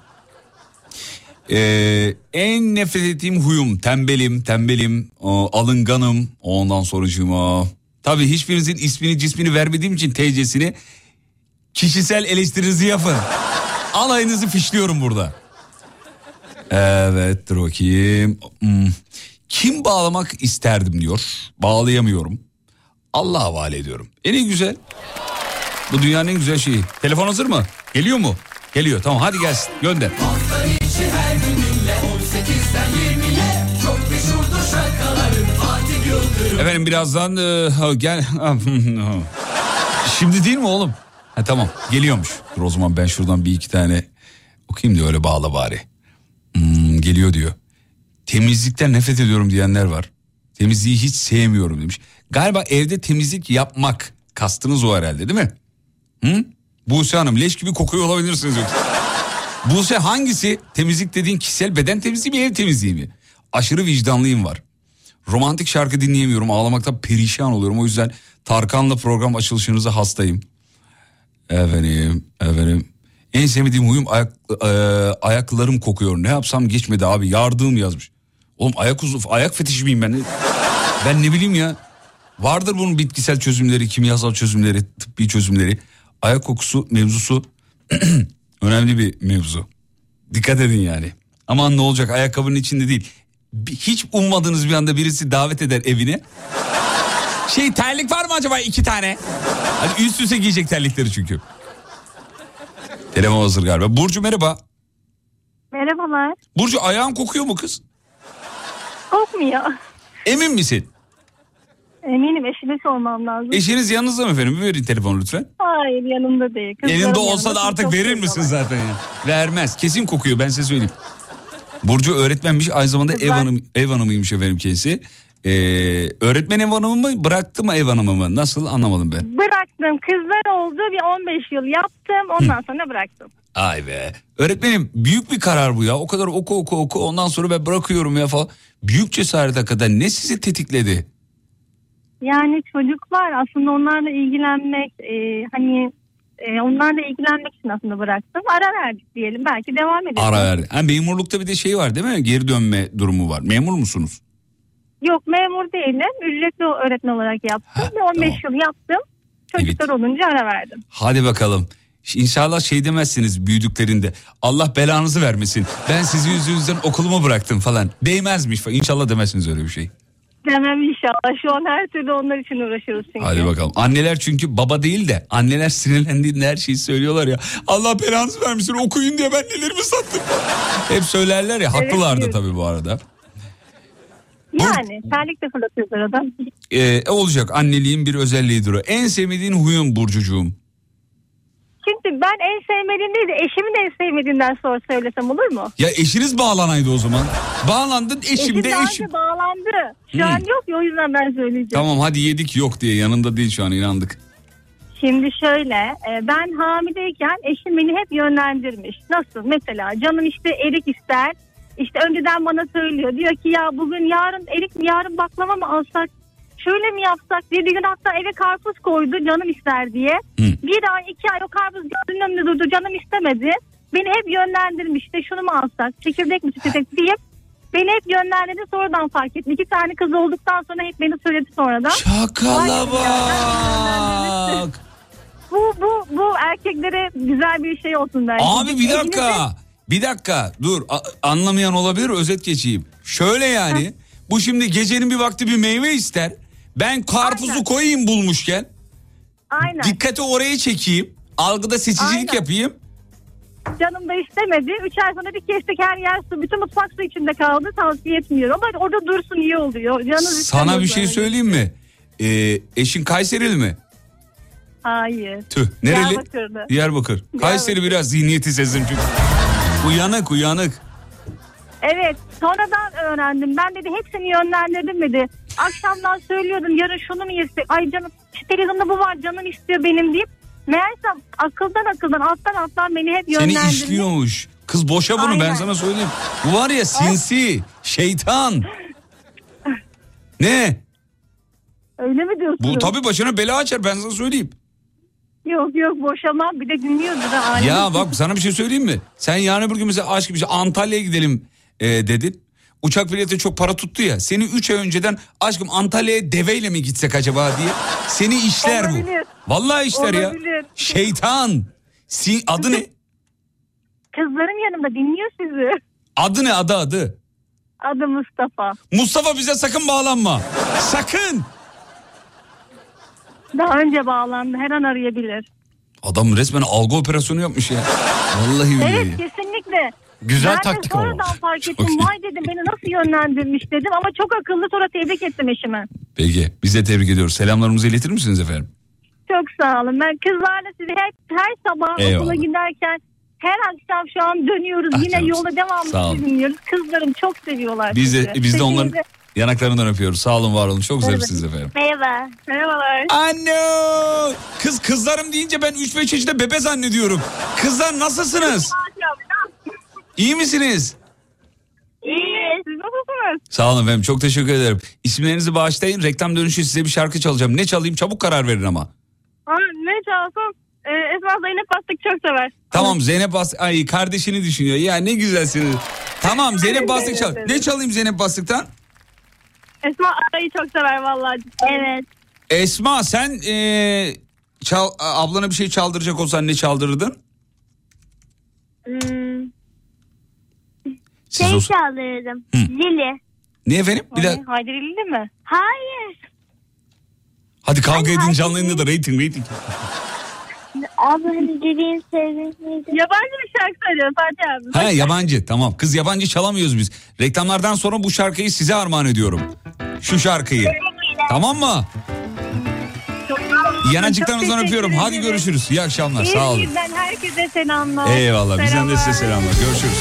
Ee, en nefret ettiğim huyum tembelim, tembelim, o, alınganım. Ondan sonracığıma... Tabii hiçbirinizin ismini cismini vermediğim için T C'sini kişisel eleştirinizi yapın. Alayınızı fişliyorum burada. Evet, dur bakayım. Hmm. Kim bağlamak isterdim diyor. Bağlayamıyorum. Allah'a havale ediyorum. En iyi güzel. Bu dünyanın en güzel şeyi. Telefon hazır mı? Geliyor mu? Geliyor, tamam, hadi gelsin, gönder. Hafta içi her gününle on sekizden yirmiye çok meşhurdur şarkıların Fatih Yıldırım. Efendim birazdan e, gel. Şimdi değil mi oğlum? Ha, tamam, geliyormuş. Dur o zaman ben şuradan bir iki tane okuyayım da öyle bağla bari. Hmm, geliyor diyor. Temizlikten nefret ediyorum diyenler var. Temizliği hiç sevmiyorum demiş. Galiba evde temizlik yapmak kastınız o herhalde değil mi? Hı? Buse Hanım, leş gibi kokuyor olabilirsiniz yoksa. Buse, hangisi? Temizlik dediğin kişisel beden temizliği mi, ev temizliği mi? Aşırı vicdanlıyım var. Romantik şarkı dinleyemiyorum, ağlamaktan perişan oluyorum. O yüzden Tarkan'la program açılışınıza hastayım. Efendim, efendim. En sevmediğim huyum ayak, e, ayaklarım kokuyor. Ne yapsam geçmedi abi, yardım yazmış. Oğlum ayak uzun, ayak fetişi miyim ben? Ben ne bileyim ya. Vardır bunun bitkisel çözümleri, kimyasal çözümleri, tıbbi çözümleri. Ayak kokusu mevzusu önemli bir mevzu. Dikkat edin yani. Aman ne olacak, ayakkabının içinde değil. Hiç ummadığınız bir anda birisi davet eder evine. Şey, terlik var mı acaba iki tane? Hani üst üste giyecek terlikleri çünkü. Telefon hazır galiba. Burcu merhaba. Merhabalar. Burcu ayağın kokuyor mu kız? Kokmuyor. Emin misin? Eminim, eşime sormam lazım. Eşiniz yanınızda mı efendim? Bir verin telefonu lütfen. Hayır, yanımda değil. Kızlarım Elinde olsa yanında, da artık çok verir misin seviyorlar. zaten ya? Vermez. Kesin kokuyor, ben size söyleyeyim. Burcu öğretmenmiş, aynı zamanda ev, hanım, ev hanımıymış efendim kendisi. Ee, öğretmen ev hanımı mı, bıraktı mı ev hanımı mı? Nasıl, anlamadım ben. Bıraktım. Kızlar oldu, bir on beş yıl yaptım. Ondan sonra bıraktım. Ay be. Öğretmenim büyük bir karar bu ya. O kadar oku oku oku ondan sonra ben bırakıyorum ya falan. Büyük cesaret hakikaten. Ne sizi tetikledi? Yani çocuklar, aslında onlarla ilgilenmek, e, hani e, onlarla ilgilenmek için aslında bıraktım. Ara verdik diyelim, belki devam edelim. Ara verdi. Ha, memurlukta bir de şey var değil mi? Geri dönme durumu var. Memur musunuz? Yok, memur değilim. Ücretli öğretmen olarak yaptım. Ve on beş yıl yaptım. Çocuklar olunca ara verdim. Hadi bakalım. İnşallah şey demezsiniz büyüdüklerinde. Allah belanızı vermesin. Ben sizi yüzünüzden okulumu bıraktım falan. Değmezmiş falan. İnşallah demezsiniz öyle bir şey. Demem inşallah. Şu an her türlü onlar için uğraşıyoruz çünkü. Hadi bakalım. Anneler çünkü baba değil de anneler sinirlendiğinde her şeyi söylüyorlar ya. Allah belanızı vermesin, okuyun diye ben nelerimi sattım. Hep söylerler ya. Haklılar da tabii bu arada. Yani terlik de fırlatıyorlar adam. Ee, olacak, anneliğin bir özelliğidir o. En sevmediğin huyun Burcucuğum? Şimdi ben en sevmediğim değil de eşimin en sevmediğinden sonra söylesem olur mu? Ya eşiniz bağlanaydı o zaman. Bağlandın, eşim Eşim de daha eşim. önce bağlandı. Şu Hmm. an yok ya, o yüzden ben söyleyeceğim. Tamam hadi yedik yok diye, yanında değil şu an, inandık. Şimdi şöyle, e, ben hamileyken eşim beni hep yönlendirmiş. Nasıl? Mesela canım işte erik ister. İşte önceden bana söylüyor. Diyor ki ya bugün yarın erik mi, yarın baklava mı alsak? Şöyle mi yapsak diye, bir gün hatta eve karpuz koydu canım ister diye. Hı. Bir ay iki ay o karpuz gözünün önünde durdu, canım istemedi. Beni hep yönlendirmiş, işte şunu mu alsak, çekirdek mi çekirdek diye. Beni hep yönlendirdi, sonradan fark ettim. İki tane kız olduktan sonra hep beni söyledi sonradan. Şakala bak. Bu, bu, bu erkeklere güzel bir şey olsun bence. Abi bir dakika. Elinizde- Bir dakika dur, A- anlamayan olabilir, özet geçeyim. Şöyle yani, bu şimdi gecenin bir vakti bir meyve ister. Ben karpuzu Aynen. koyayım bulmuşken. Aynen. Dikkati oraya çekeyim. Algıda seçicilik Aynen. yapayım. Canım da istemedi. Üç ay sonra bir kestik, her yer su. Bütün mutfak su içinde kaldı. Tavsiye etmiyorum. Ama orada dursun, iyi oluyor. Canınız Sana bir istemiyor şey böyle. söyleyeyim mi? Ee, eşin Kayserili mi? Hayır. Tüh, nereli? Diyarbakırlı. Diyarbakır. Kayseri biraz zihniyeti sezdim çünkü. Uyanık uyanık. Evet, sonradan öğrendim. Ben dedi hepsini yönlendirdim dedi. Akşamdan söylüyordum, yarın şunu mu yesek? Ay canım, şu televizyonda bu var, canım istiyor benim deyip. Meğerse akıldan akıldan alttan alttan beni hep Seni yönlendirmiş. işliyormuş. Kız boşa bunu, ben Aynen. sana söyleyeyim. Bu var ya sinsi, şeytan. Ne? Öyle mi diyorsunuz? Bu tabii başına bela açar, ben sana söyleyeyim. Yok yok, boşamam, bir de dinliyordur ha. Ya bak sana bir şey söyleyeyim mi? Sen yarın bir gün mesela aşk bir şey, Antalya'ya gidelim e, dedin. Uçak bileti çok para tuttu ya. Seni üç ay önceden aşkım Antalya'ya deveyle mi gitsek acaba diye. Seni işler bu. Olabilir. Vallahi işler ya. Olabilir. Şeytan. Si, adı ne? Kızlarım yanımda dinliyor sizi. Adı ne, adı adı? Adı Mustafa. Mustafa bize sakın bağlanma. Sakın. Daha önce bağlandı, her an arayabilir. Adam resmen algı operasyonu yapmış ya. Vallahi billahi. Evet, kesinlikle. Güzel ben taktik de ama. sonradan fark ettim. Vay dedim, beni nasıl yönlendirmiş dedim. Ama çok akıllı, sonra tebrik ettim eşime. Peki biz de tebrik ediyoruz. Selamlarımızı iletir misiniz efendim? Çok sağ olun. Ben kızlarla sizi hep her sabah Eyvallah. okula giderken, her akşam şu an dönüyoruz. Ah Yine canım, yolda sağ devamlı olun. sizi dinliyoruz. Kızlarım çok seviyorlar Biz sizi. de, biz de onların Sesinizi- yanaklarından öpüyoruz. Sağ olun, var olun. Çok Evet. zarifsiniz efendim. Merhaba. Merhabalar. Anne! Kız kızlarım deyince ben üç beş yaşında bebe zannediyorum. Kızlar nasılsınız? İyi misiniz? İyi. Siz nasılsınız? Sağ olun efendim, çok teşekkür ederim. İsimlerinizi bağışlayın. Reklam dönüşü size bir şarkı çalacağım. Ne çalayım, çabuk karar verin ama. Aa, ne çalsam? Ee, Esma Zeynep Bastık çok sever. Tamam, Zeynep Bas... Ay kardeşini düşünüyor. Ya ne güzelsiniz. Tamam Zeynep Bastık çal. Ne çalayım Zeynep Bastık'tan? Esma Aray'ı çok sever vallahi. Evet. Esma sen ee, çal, ablana bir şey çaldıracak olsan ne çaldırırdın? Hmm. Siz Şey olsun. çaldırırdım. Hı. Lili. Ne efendim? Bir daha. Haydi Lili mi? Hayır. Hadi kavga edin canlı yayında da reyting reyting. Abi hani dediğin sevdiğin neydi? Yabancı bir şarkı söylüyor Fatih abi. He yabancı tamam. Kız yabancı çalamıyoruz biz. Reklamlardan sonra bu şarkıyı size armağan ediyorum. Şu şarkıyı. Tamam mı? Yanacıklarınızdan öpüyorum. Hadi görüşürüz. İyi akşamlar. Sağ olun. İzmir'den herkese selamlar. Eyvallah. Bizden de size selamlar. Görüşürüz.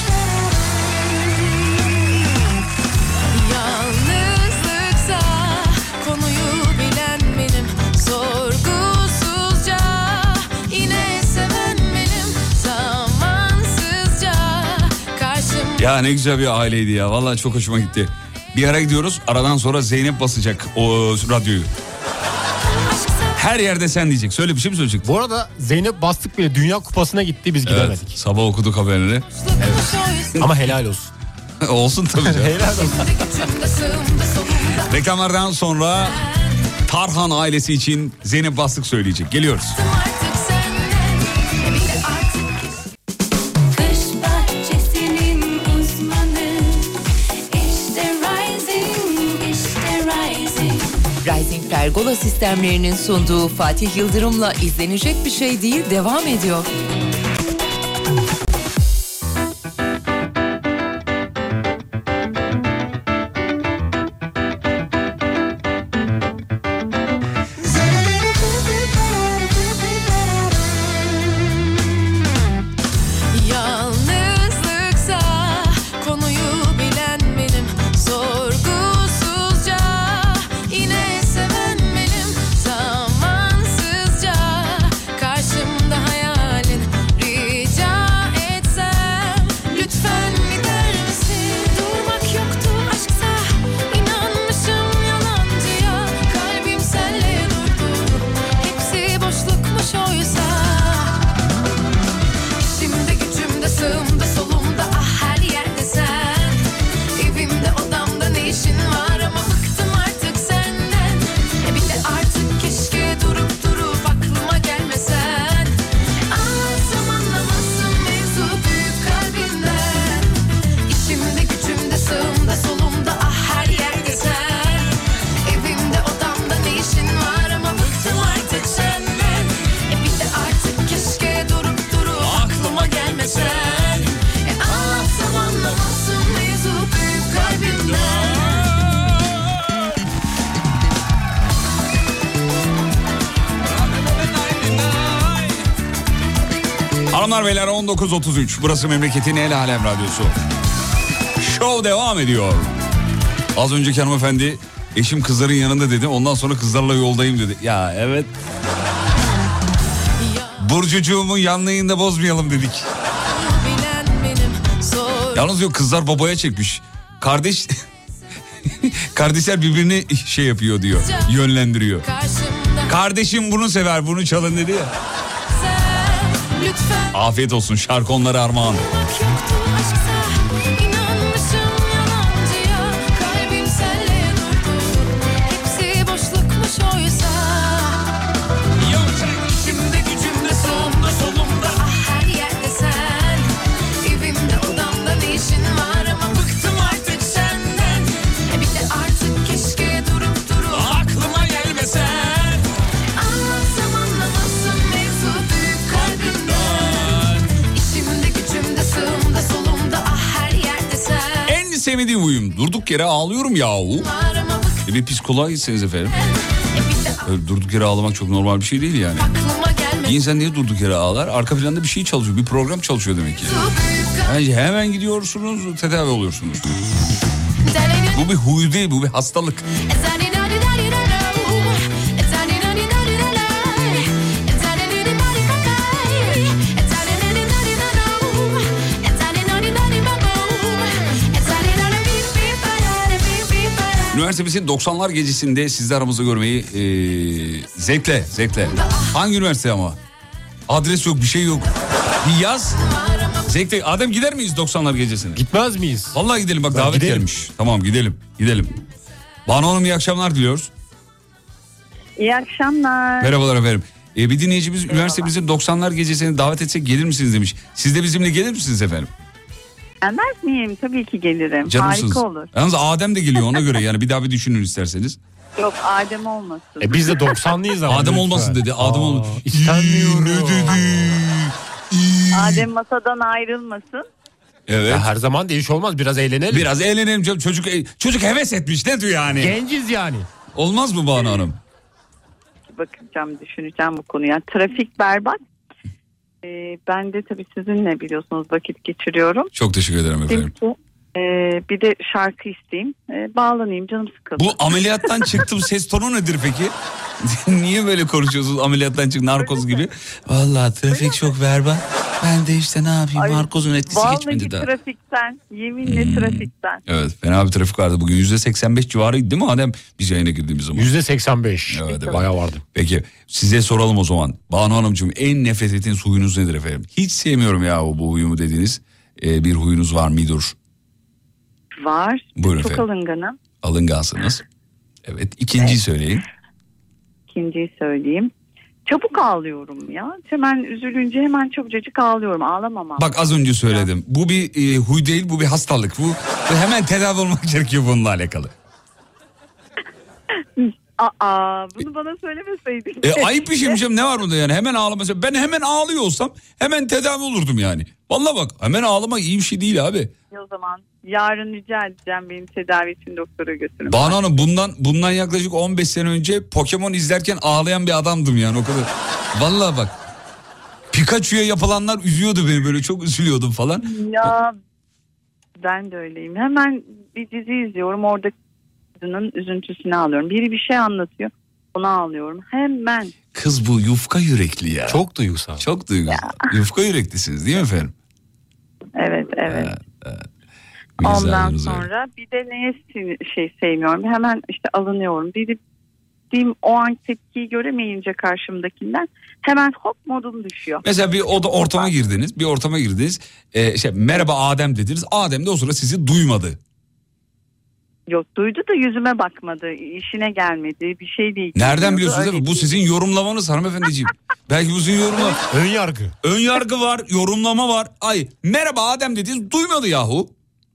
Yalnızlıksa konuyu bilen benim, sorgusuzca yine seven benim, zamansızca karşım. Ya ne güzel bir aileydi ya. Vallahi çok hoşuma gitti. Bir ara gidiyoruz. Aradan sonra Zeynep basacak o radyoyu. Her yerde sen diyecek. Söyle bir şey mi söyleyecek? Bu arada Zeynep Bastık bile Dünya Kupası'na gitti, biz gidemedik. Evet, sabah okuduk haberini. Evet. Ama helal olsun. Olsun tabii canım. Helal olsun. Reklamlardan sonra Tarhan ailesi için Zeynep Bastık söyleyecek. Geliyoruz. Kış bahçesinin uzmanı, işte Rising, işte Rising. Rising Pergola sistemlerinin sunduğu Fatih Yıldırım'la izlenecek bir şey değil devam ediyor. Yalnızlıksa konuyu bilen benim, sorgusuzca yine seven benim, zamansızca karşımda hayalin, rica etsem lütfen gider misin? Durmak yoktu aşksa, inanmışım yalancıya, kalbim senle durdu, hepsi boşlukmuş oysa. Şimdi gücümde, sığımda, solumda, ah her yerde sen. Evimde, odamda ne işin var, ama bıktım artık senden. E bir de artık keşke durup durup aklıma gelmesen. Anlatsam anlamazsın mevzu büyük kalbinden. İçimde, gücümde, sığımda, solumda, ah her yerde sen. Evimde, odamda ne işin var, ama bıktım artık senden. E bir de artık keşke durup durup aklıma gelmesen. E anlatsam anlamazsın mevzu büyük kalbimden. Hanımlar beyler on dokuz otuz üç. Burası memleketin El Alem Radyosu. Show devam ediyor. Az önceki hanımefendi eşim kızların yanında dedi. Ondan sonra kızlarla yoldayım dedi. Ya evet. Burcucuğumun yanlığında bozmayalım dedik. Bilen benim, sor. Yalnız yok, kızlar babaya çekmiş. Kardeş kardeşler birbirini şey yapıyor diyor. Yönlendiriyor. Karşımda Kardeşim bunu sever, bunu çalın dedi ya. sen, lütfen. Afiyet olsun, şarkı onlara armağan. Durmak yoktu aşksa, inanmışım yalancıya, kalbim senle durdu, hepsi boşlukmuş oysa. Şimdi gücümde, sağımda, solumda, ah her yerde sen. Evimde, odamda ne işin var, ama bıktım artık senden. E bir de artık keşke durup durup aklıma gelmesen. Anlatsam anlamazsın mevzu büyük kalbimden. İçimde, gücümde, sığımda, solumda, ah her yerde sen. En sevmediğim huyum, durduk yere ağlıyorum yahu. Var ama bıktım E bir psikoloğa gitseniz efendim. e bir de Öyle durduk yere ağlamak çok normal bir şey değil yani. aklıma gelmez. Bir insan niye durduk yere ağlar? Arka planda bir şey çalışıyor, bir program çalışıyor demek ki. Bence hemen gidiyorsunuz, tedavi oluyorsunuz. Bu bir huy değil, bu bir hastalık. Üniversitemizin doksanlar gecesinde sizler aramızda görmeyi ee, zevkle, zevkle. Hangi üniversite ama? Adres yok, bir şey yok. Bir yaz. Zevkli. Adem gider miyiz doksanlar gecesine? Gitmez miyiz? Vallahi gidelim bak Ben davet gidelim. gelmiş. Tamam gidelim gidelim. Banu Hanım iyi akşamlar diliyoruz. İyi akşamlar. Merhabalar efendim. Ee, bir dinleyicimiz üniversitemizin doksanlar gecesine davet etsek gelir misiniz demiş. Siz de bizimle gelir misiniz efendim? Gelmez miyim? Tabii ki gelirim. Canımsınız. Harika olur. Yalnız Adem de geliyor ona göre yani bir daha bir düşünün isterseniz. Yok Adem olmasın. E biz de doksanlıyız ama. Adem lütfen. olmasın dedi. Adem ol. İstenmiyorum. Ne dedi? Adem masadan ayrılmasın. Evet. Ya her zaman değiş olmaz, biraz eğlenelim. Biraz eğlenelim canım. Çocuk çocuk heves etmiş ne diyor yani? Genciz yani. Olmaz mı Banu Hanım? Bakacağım, düşüneceğim bu konuya. Trafik berbat. Ee, ben de tabii sizinle biliyorsunuz vakit geçiriyorum. Çok teşekkür ederim efendim. Çünkü e, bir de şarkı isteyeyim. E, bağlanayım, canım sıkıldı. Bu ameliyattan çıktım ses tonu nedir peki? Niye böyle konuşuyorsunuz ameliyattan çık narkoz gibi? Vallahi trafik çok berbat. Ben de işte ne yapayım Ay, narkozun etkisi geçmedi Vallahi daha. trafikten, yeminle Hmm. trafikten. Evet fena bir trafik vardı bugün yüzde seksen beş civarıydı değil mi Adem biz yayına girdiğimiz zaman? yüzde seksen beş. Evet, evet. Bayağı vardı. Peki size soralım o zaman. Banu Hanımcığım en nefret ettiğiniz huyunuz nedir efendim? Hiç sevmiyorum ya bu huyumu dediğiniz e, bir huyunuz var mıdır? Var. Buyurun Çok efendim. alınganım. Alıngansınız. Evet ikinciyi Evet. söyleyin. İkinciyi söyleyeyim. Çabuk ağlıyorum ya. Hemen üzülünce hemen çabucacık ağlıyorum. Ağlamamam. Bak az önce söyledim. Bu bir e, huy değil bu bir hastalık. Bu, bu hemen tedavi olmak gerekiyor bununla alakalı. Aa, bunu bana söylemeseydin. E, ayıp bir şeymiş canım ne var bunda yani hemen ağlaması. Ben hemen ağlıyor olsam hemen tedavi olurdum yani. Vallahi bak hemen ağlamak iyi bir şey değil abi. O zaman yarın rica edeceğim beni tedavi için doktora götürün. Banu Hanım bundan bundan yaklaşık on beş sene önce Pokemon izlerken ağlayan bir adamdım yani o kadar. Vallahi bak Pikachu'ya yapılanlar üzüyordu beni böyle çok üzülüyordum falan. Ya ben de öyleyim. Hemen bir dizi izliyorum orada kadının üzüntüsünü ağlıyorum. Biri bir şey anlatıyor ona ağlıyorum hemen. Kız bu yufka yürekli ya. Çok duygusal. Çok duygusal. Yufka yüreklisiniz değil mi efendim? Evet evet. Evet, evet. Ondan Mizacınız öyle. sonra bir de neye sin- şey sevmiyorum. Hemen işte alınıyorum. Bir de diyeyim, o an tepkiyi göremeyince karşımdakinden hemen hop modum düşüyor. Mesela bir oda ortama girdiniz, bir ortama girdiniz. E, işte merhaba Adem dediniz. Adem de o sırada sizi duymadı. Yok duydu da yüzüme bakmadı. İşine gelmedi. Bir şey değil. Nereden biliyorsunuz değil mi? Bu sizin yorumlamanız hanımefendiciğim. Belki bu sizin yorumla. Ön yargı. Ön yargı var, yorumlama var. Ay merhaba Adem dediniz duymadı yahu.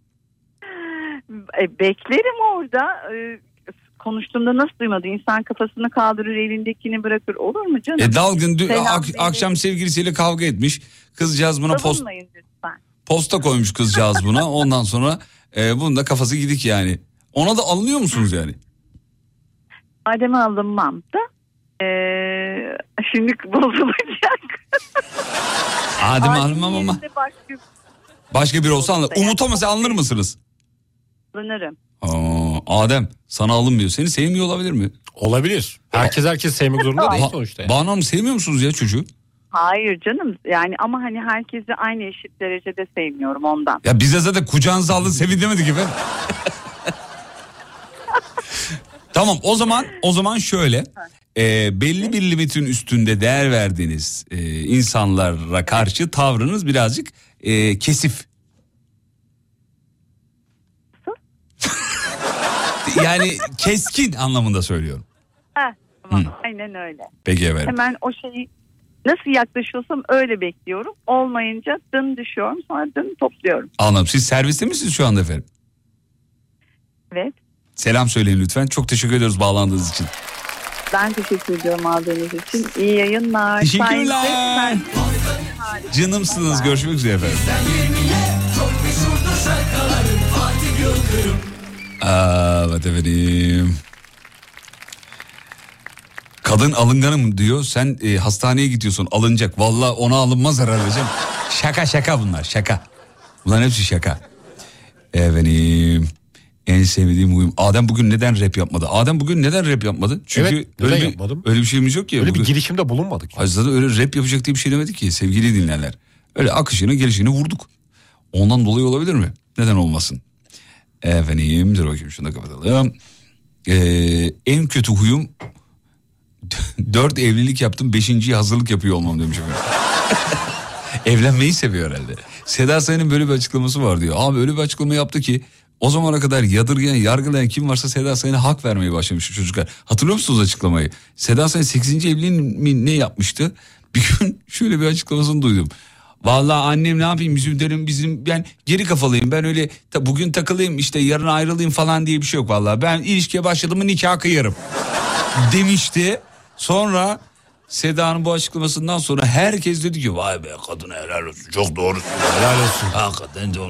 E, beklerim orada. E, konuştuğumda nasıl duymadı? İnsan kafasını kaldırır, elindekini bırakır. Olur mu canım? E dalgın dü- Selam ak- verin. akşam sevgilisiyle kavga etmiş. Kızcağız buna post Savunmayın lütfen. posta koymuş kızcağız buna. Ondan sonra e, bunun da kafası gidik yani. Ona da alınıyor musunuz yani? Adem'e alınmam da e, şimdi bozulacak. Adem Adem'in alınmam ama yerinde Başka başka biri olsa alınır. Umut'a mesela alınır mısınız? alınırım. Aa, Adem sana alınmıyor. Seni sevmiyor olabilir mi? Olabilir. Herkes herkes sevmek zorunda değil Ba- sonuçta. Yani. Banu Hanım sevmiyor musunuz ya çocuğu? Hayır canım yani ama hani herkesi aynı eşit derecede sevmiyorum ondan. Ya bize zaten kucağınıza alın sevindirmedik efendim. Tamam o zaman o zaman şöyle e, belli bir limitin üstünde değer verdiğiniz e, insanlara karşı tavrınız birazcık e, kesif. Yani keskin anlamında söylüyorum. Heh, tamam Hı. aynen öyle. Peki efendim. Hemen o şeyi nasıl yaklaşıyorsam öyle bekliyorum. Olmayınca dın düşüyorum sonra dın topluyorum. Anladım. Siz serviste misiniz şu anda efendim? Evet. Selam söyleyin lütfen. Çok teşekkür ediyoruz bağlandığınız için. Ben teşekkür ediyorum aldığınız için. İyi yayınlar. Teşekkürler. Sayın- Canımsınız. Görüşmek üzere efendim. Aa, evet efendim. Kadın alınganım diyor. Sen e, hastaneye gidiyorsun alınacak. Vallahi ona alınmaz herhalde canım. Şaka şaka bunlar şaka. Bunların hepsi şaka. Efendim. En sevdiğim huyum. Adem bugün neden rap yapmadı? Adem bugün neden rap yapmadı? Çünkü Evet, neden öyle bir, yapmadım? öyle bir şeyimiz yok ki. Öyle Bugün- bir girişimde bulunmadık. Hayır zaten öyle rap yapacak diye bir şey demedi ki sevgili dinleyenler. Öyle akışını gelişini vurduk. Ondan dolayı olabilir mi? Neden olmasın? Efendim dur bakayım şunu da kapatalım. Ee, en kötü huyum dört evlilik yaptım beşinciyi hazırlık yapıyor olmam demiş efendim. Evlenmeyi seviyor herhalde. Seda Sayan'ın böyle bir açıklaması var diyor. Abi öyle bir açıklama yaptı ki o zamana kadar yadırgayan, yargılayan kim varsa Seda Sayan'a hak vermeye başlamış çocuklar. Hatırlıyor musunuz açıklamayı? Seda Sayan sekizinci evliliğini mi ne yapmıştı? Bir gün şöyle bir açıklamasını duydum. Vallahi annem ne yapayım bizim derim bizim ben geri kafalıyım. Ben öyle ta, bugün takılayım işte yarın ayrılayım falan diye bir şey yok vallahi. Ben ilişkiye başladım mı nikah kıyarım demişti. Sonra Seda'nın bu açıklamasından sonra herkes dedi ki vay be kadına helal olsun. Çok doğru. Helal olsun. Hakikaten doğru.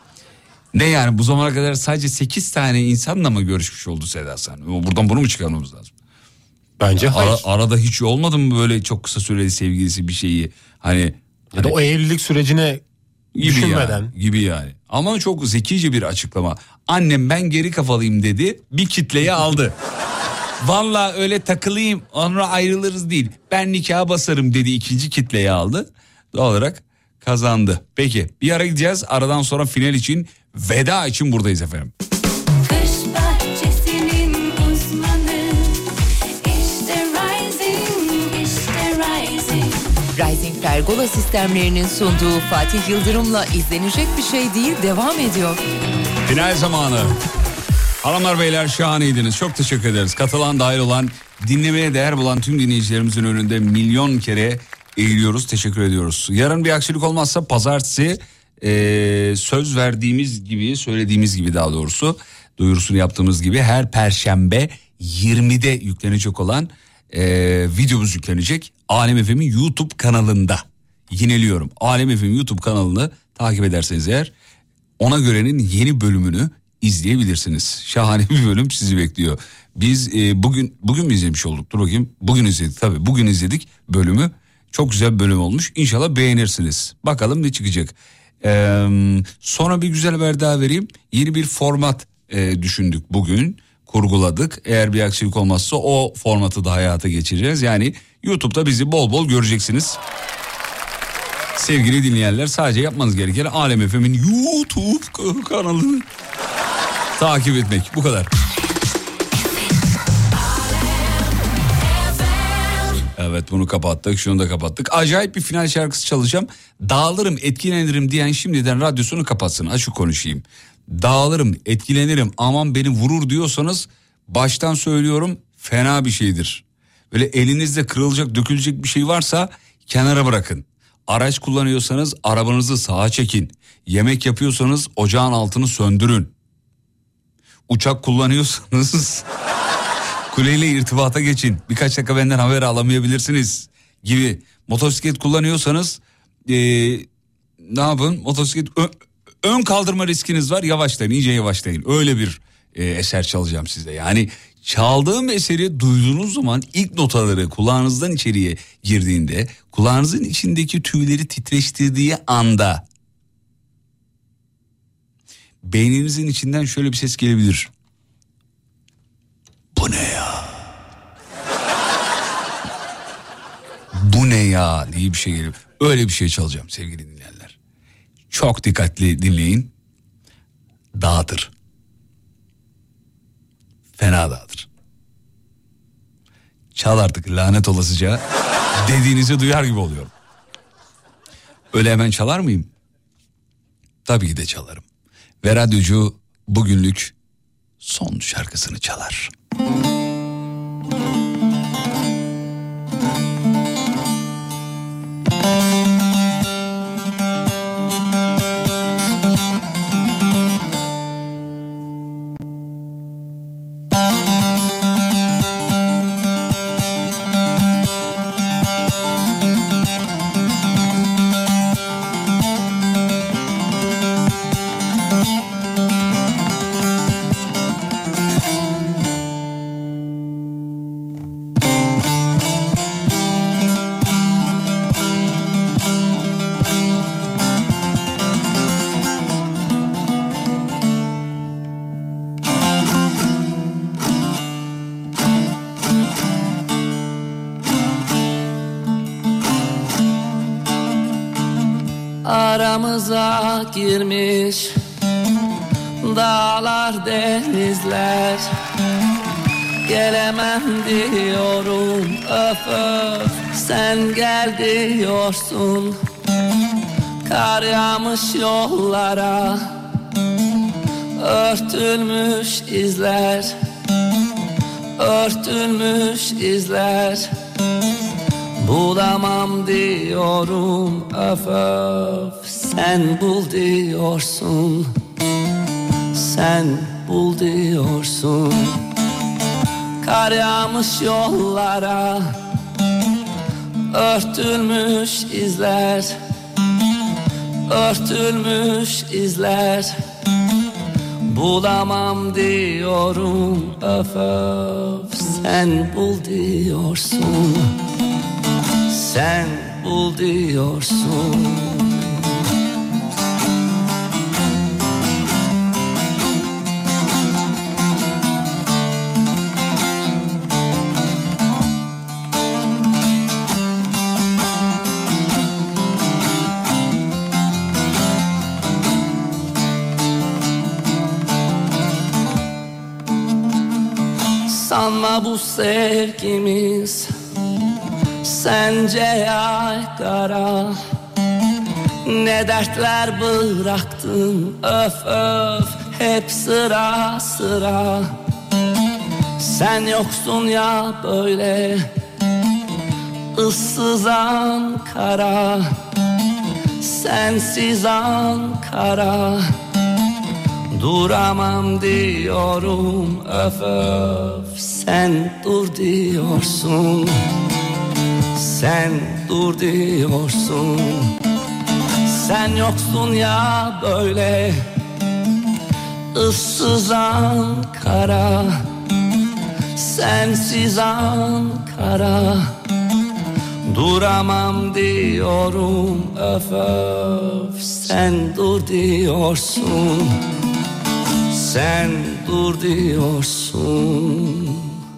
Ne yani bu zamana kadar sadece sekiz tane insanla mı görüşmüş oldu Seda Sayan? Buradan bunu mu çıkarmamız lazım? Bence hayır. Ara, arada hiç olmadı mı böyle çok kısa süreli sevgilisi bir şeyi hani... Ya da hani, o evlilik sürecine gibi düşünmeden. Yani, gibi yani. Ama çok zekice bir açıklama. Annem ben geri kafalıyım dedi bir kitleyi aldı. Vallahi öyle takılayım sonra ayrılırız değil. Ben nikaha basarım dedi ikinci kitleyi aldı. Doğal olarak kazandı. Peki bir ara gideceğiz. Aradan sonra final için veda için buradayız efendim. Kış bahçesinin uzmanı işte Rising, işte Rising. Rising Pergola sistemlerinin sunduğu Fatih Yıldırım'la izlenecek bir şey değil devam ediyor. Final zamanı. Hanımlar beyler şahaneydiniz. Çok teşekkür ederiz. Katılan dahil olan dinlemeye değer bulan tüm dinleyicilerimizin önünde milyon kere eğiliyoruz. Teşekkür ediyoruz. Yarın bir aksilik olmazsa pazartesi e, söz verdiğimiz gibi söylediğimiz gibi daha doğrusu duyurusunu yaptığımız gibi her perşembe yirmide yüklenecek olan e, videomuz yüklenecek. Alem F M'in YouTube kanalında. Yineliyorum. Alem F M YouTube kanalını takip ederseniz eğer Ona Göre'nin yeni bölümünü izleyebilirsiniz. Şahane bir bölüm sizi bekliyor. Biz e, bugün bugün mü izlemiş olduk? Dur bakayım. Bugün izledik tabii. Bugün izledik bölümü. Çok güzel bir bölüm olmuş. İnşallah beğenirsiniz. Bakalım ne çıkacak. Ee, sonra bir güzel haber daha vereyim. Yeni bir format e, düşündük bugün. Kurguladık. Eğer bir aksilik olmazsa o formatı da hayata geçireceğiz. Yani YouTube'da bizi bol bol göreceksiniz. Sevgili dinleyenler sadece yapmanız gereken Alem F M'in YouTube kanalını takip etmek. Bu kadar. Evet bunu kapattık, şunu da kapattık. Acayip bir final şarkısı çalacağım. Dağılırım, etkilenirim diyen şimdiden radyosunu kapatsın. Açık konuşayım. Dağılırım, etkilenirim, aman beni vurur diyorsanız baştan söylüyorum fena bir şeydir. Böyle elinizde kırılacak, dökülecek bir şey varsa kenara bırakın. Araç kullanıyorsanız arabanızı sağa çekin. Yemek yapıyorsanız ocağın altını söndürün. Uçak kullanıyorsanız kuleyle irtibata geçin. Birkaç dakika benden haber alamayabilirsiniz gibi. Motosiklet kullanıyorsanız ee, ne yapın? Motosiklet ö, ön kaldırma riskiniz var. Yavaşlayın, iyice yavaşlayın. Öyle bir e, eser çalacağım size. Yani çaldığım eseri duyduğunuz zaman ilk notaları kulağınızdan içeriye girdiğinde, kulağınızın içindeki tüyleri titreştirdiği anda beyninizin içinden şöyle bir ses gelebilir. Bu ne ya? Bu ne ya diye bir şey geliyor. Öyle bir şey çalacağım sevgili dinleyenler. Çok dikkatli dinleyin. Dağıtır. Fena dağıtır. Çal artık lanet olasıca dediğinizi duyar gibi oluyorum. Öyle hemen çalar mıyım? Tabii ki de çalarım. Ve radyocu bugünlük son şarkısını çalar. Aramıza girmiş dağlar denizler, gelemem diyorum öf öf, sen gel diyorsun. Kar yağmış yollara, örtülmüş izler, örtülmüş izler. Bulamam diyorum, öf öf, sen bul diyorsun, sen bul diyorsun. Kar yağmış yollara, örtülmüş izler, örtülmüş izler. Bulamam diyorum, öf öf, sen bul diyorsun, sen bul diyorsun. Sanma bu sevgimiz sence yaygara. Ne dertler bıraktın, öf öf, hep sıra sıra. Sen yoksun ya böyle ıssız Ankara, sensiz Ankara. Duramam diyorum, öf öf, sen dur diyorsun, sen dur diyorsun. Sen yoksun ya böyle ıssız Ankara, sensiz Ankara. Duramam diyorum, öf öf, sen dur diyorsun, sen dur diyorsun.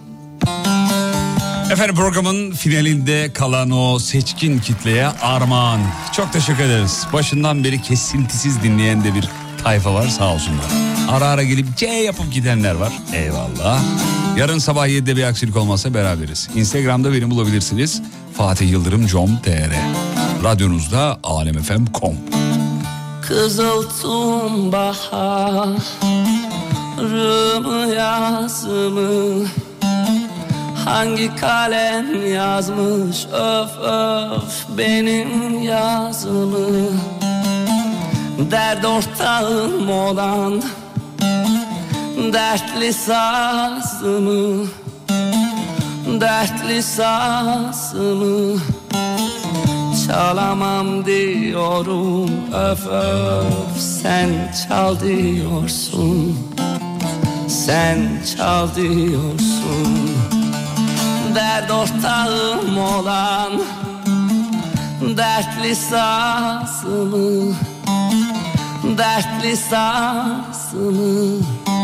Efendim programın finalinde kalan o seçkin kitleye armağan. Çok teşekkür ederiz. Başından beri kesintisiz dinleyen de bir tayfa var, sağ olsunlar. Ara ara gelip C yapıp gidenler var. Eyvallah. Yarın sabah yedide bir aksilik olmazsa beraberiz. Instagram'da beni bulabilirsiniz. Fatih Yıldırım nokta com nokta tr. Radyonuzda alemfm nokta com. Kızıltım baharımı yazımı hangi kalem yazmış, öf öf, benim yazımı. Dert ortağım olan dertli sazımı, dertli sazımı çalamam diyorum, öf öf, sen çal diyorsun, sen çal diyorsun. Dert ortağım olan dertli sazımı, dertli sazımı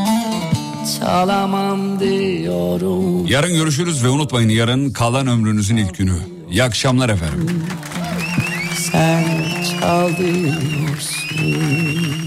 çalamam diyorum. Yarın görüşürüz ve unutmayın, yarın kalan ömrünüzün ilk günü. İyi akşamlar efendim. Sen çal diyorsun.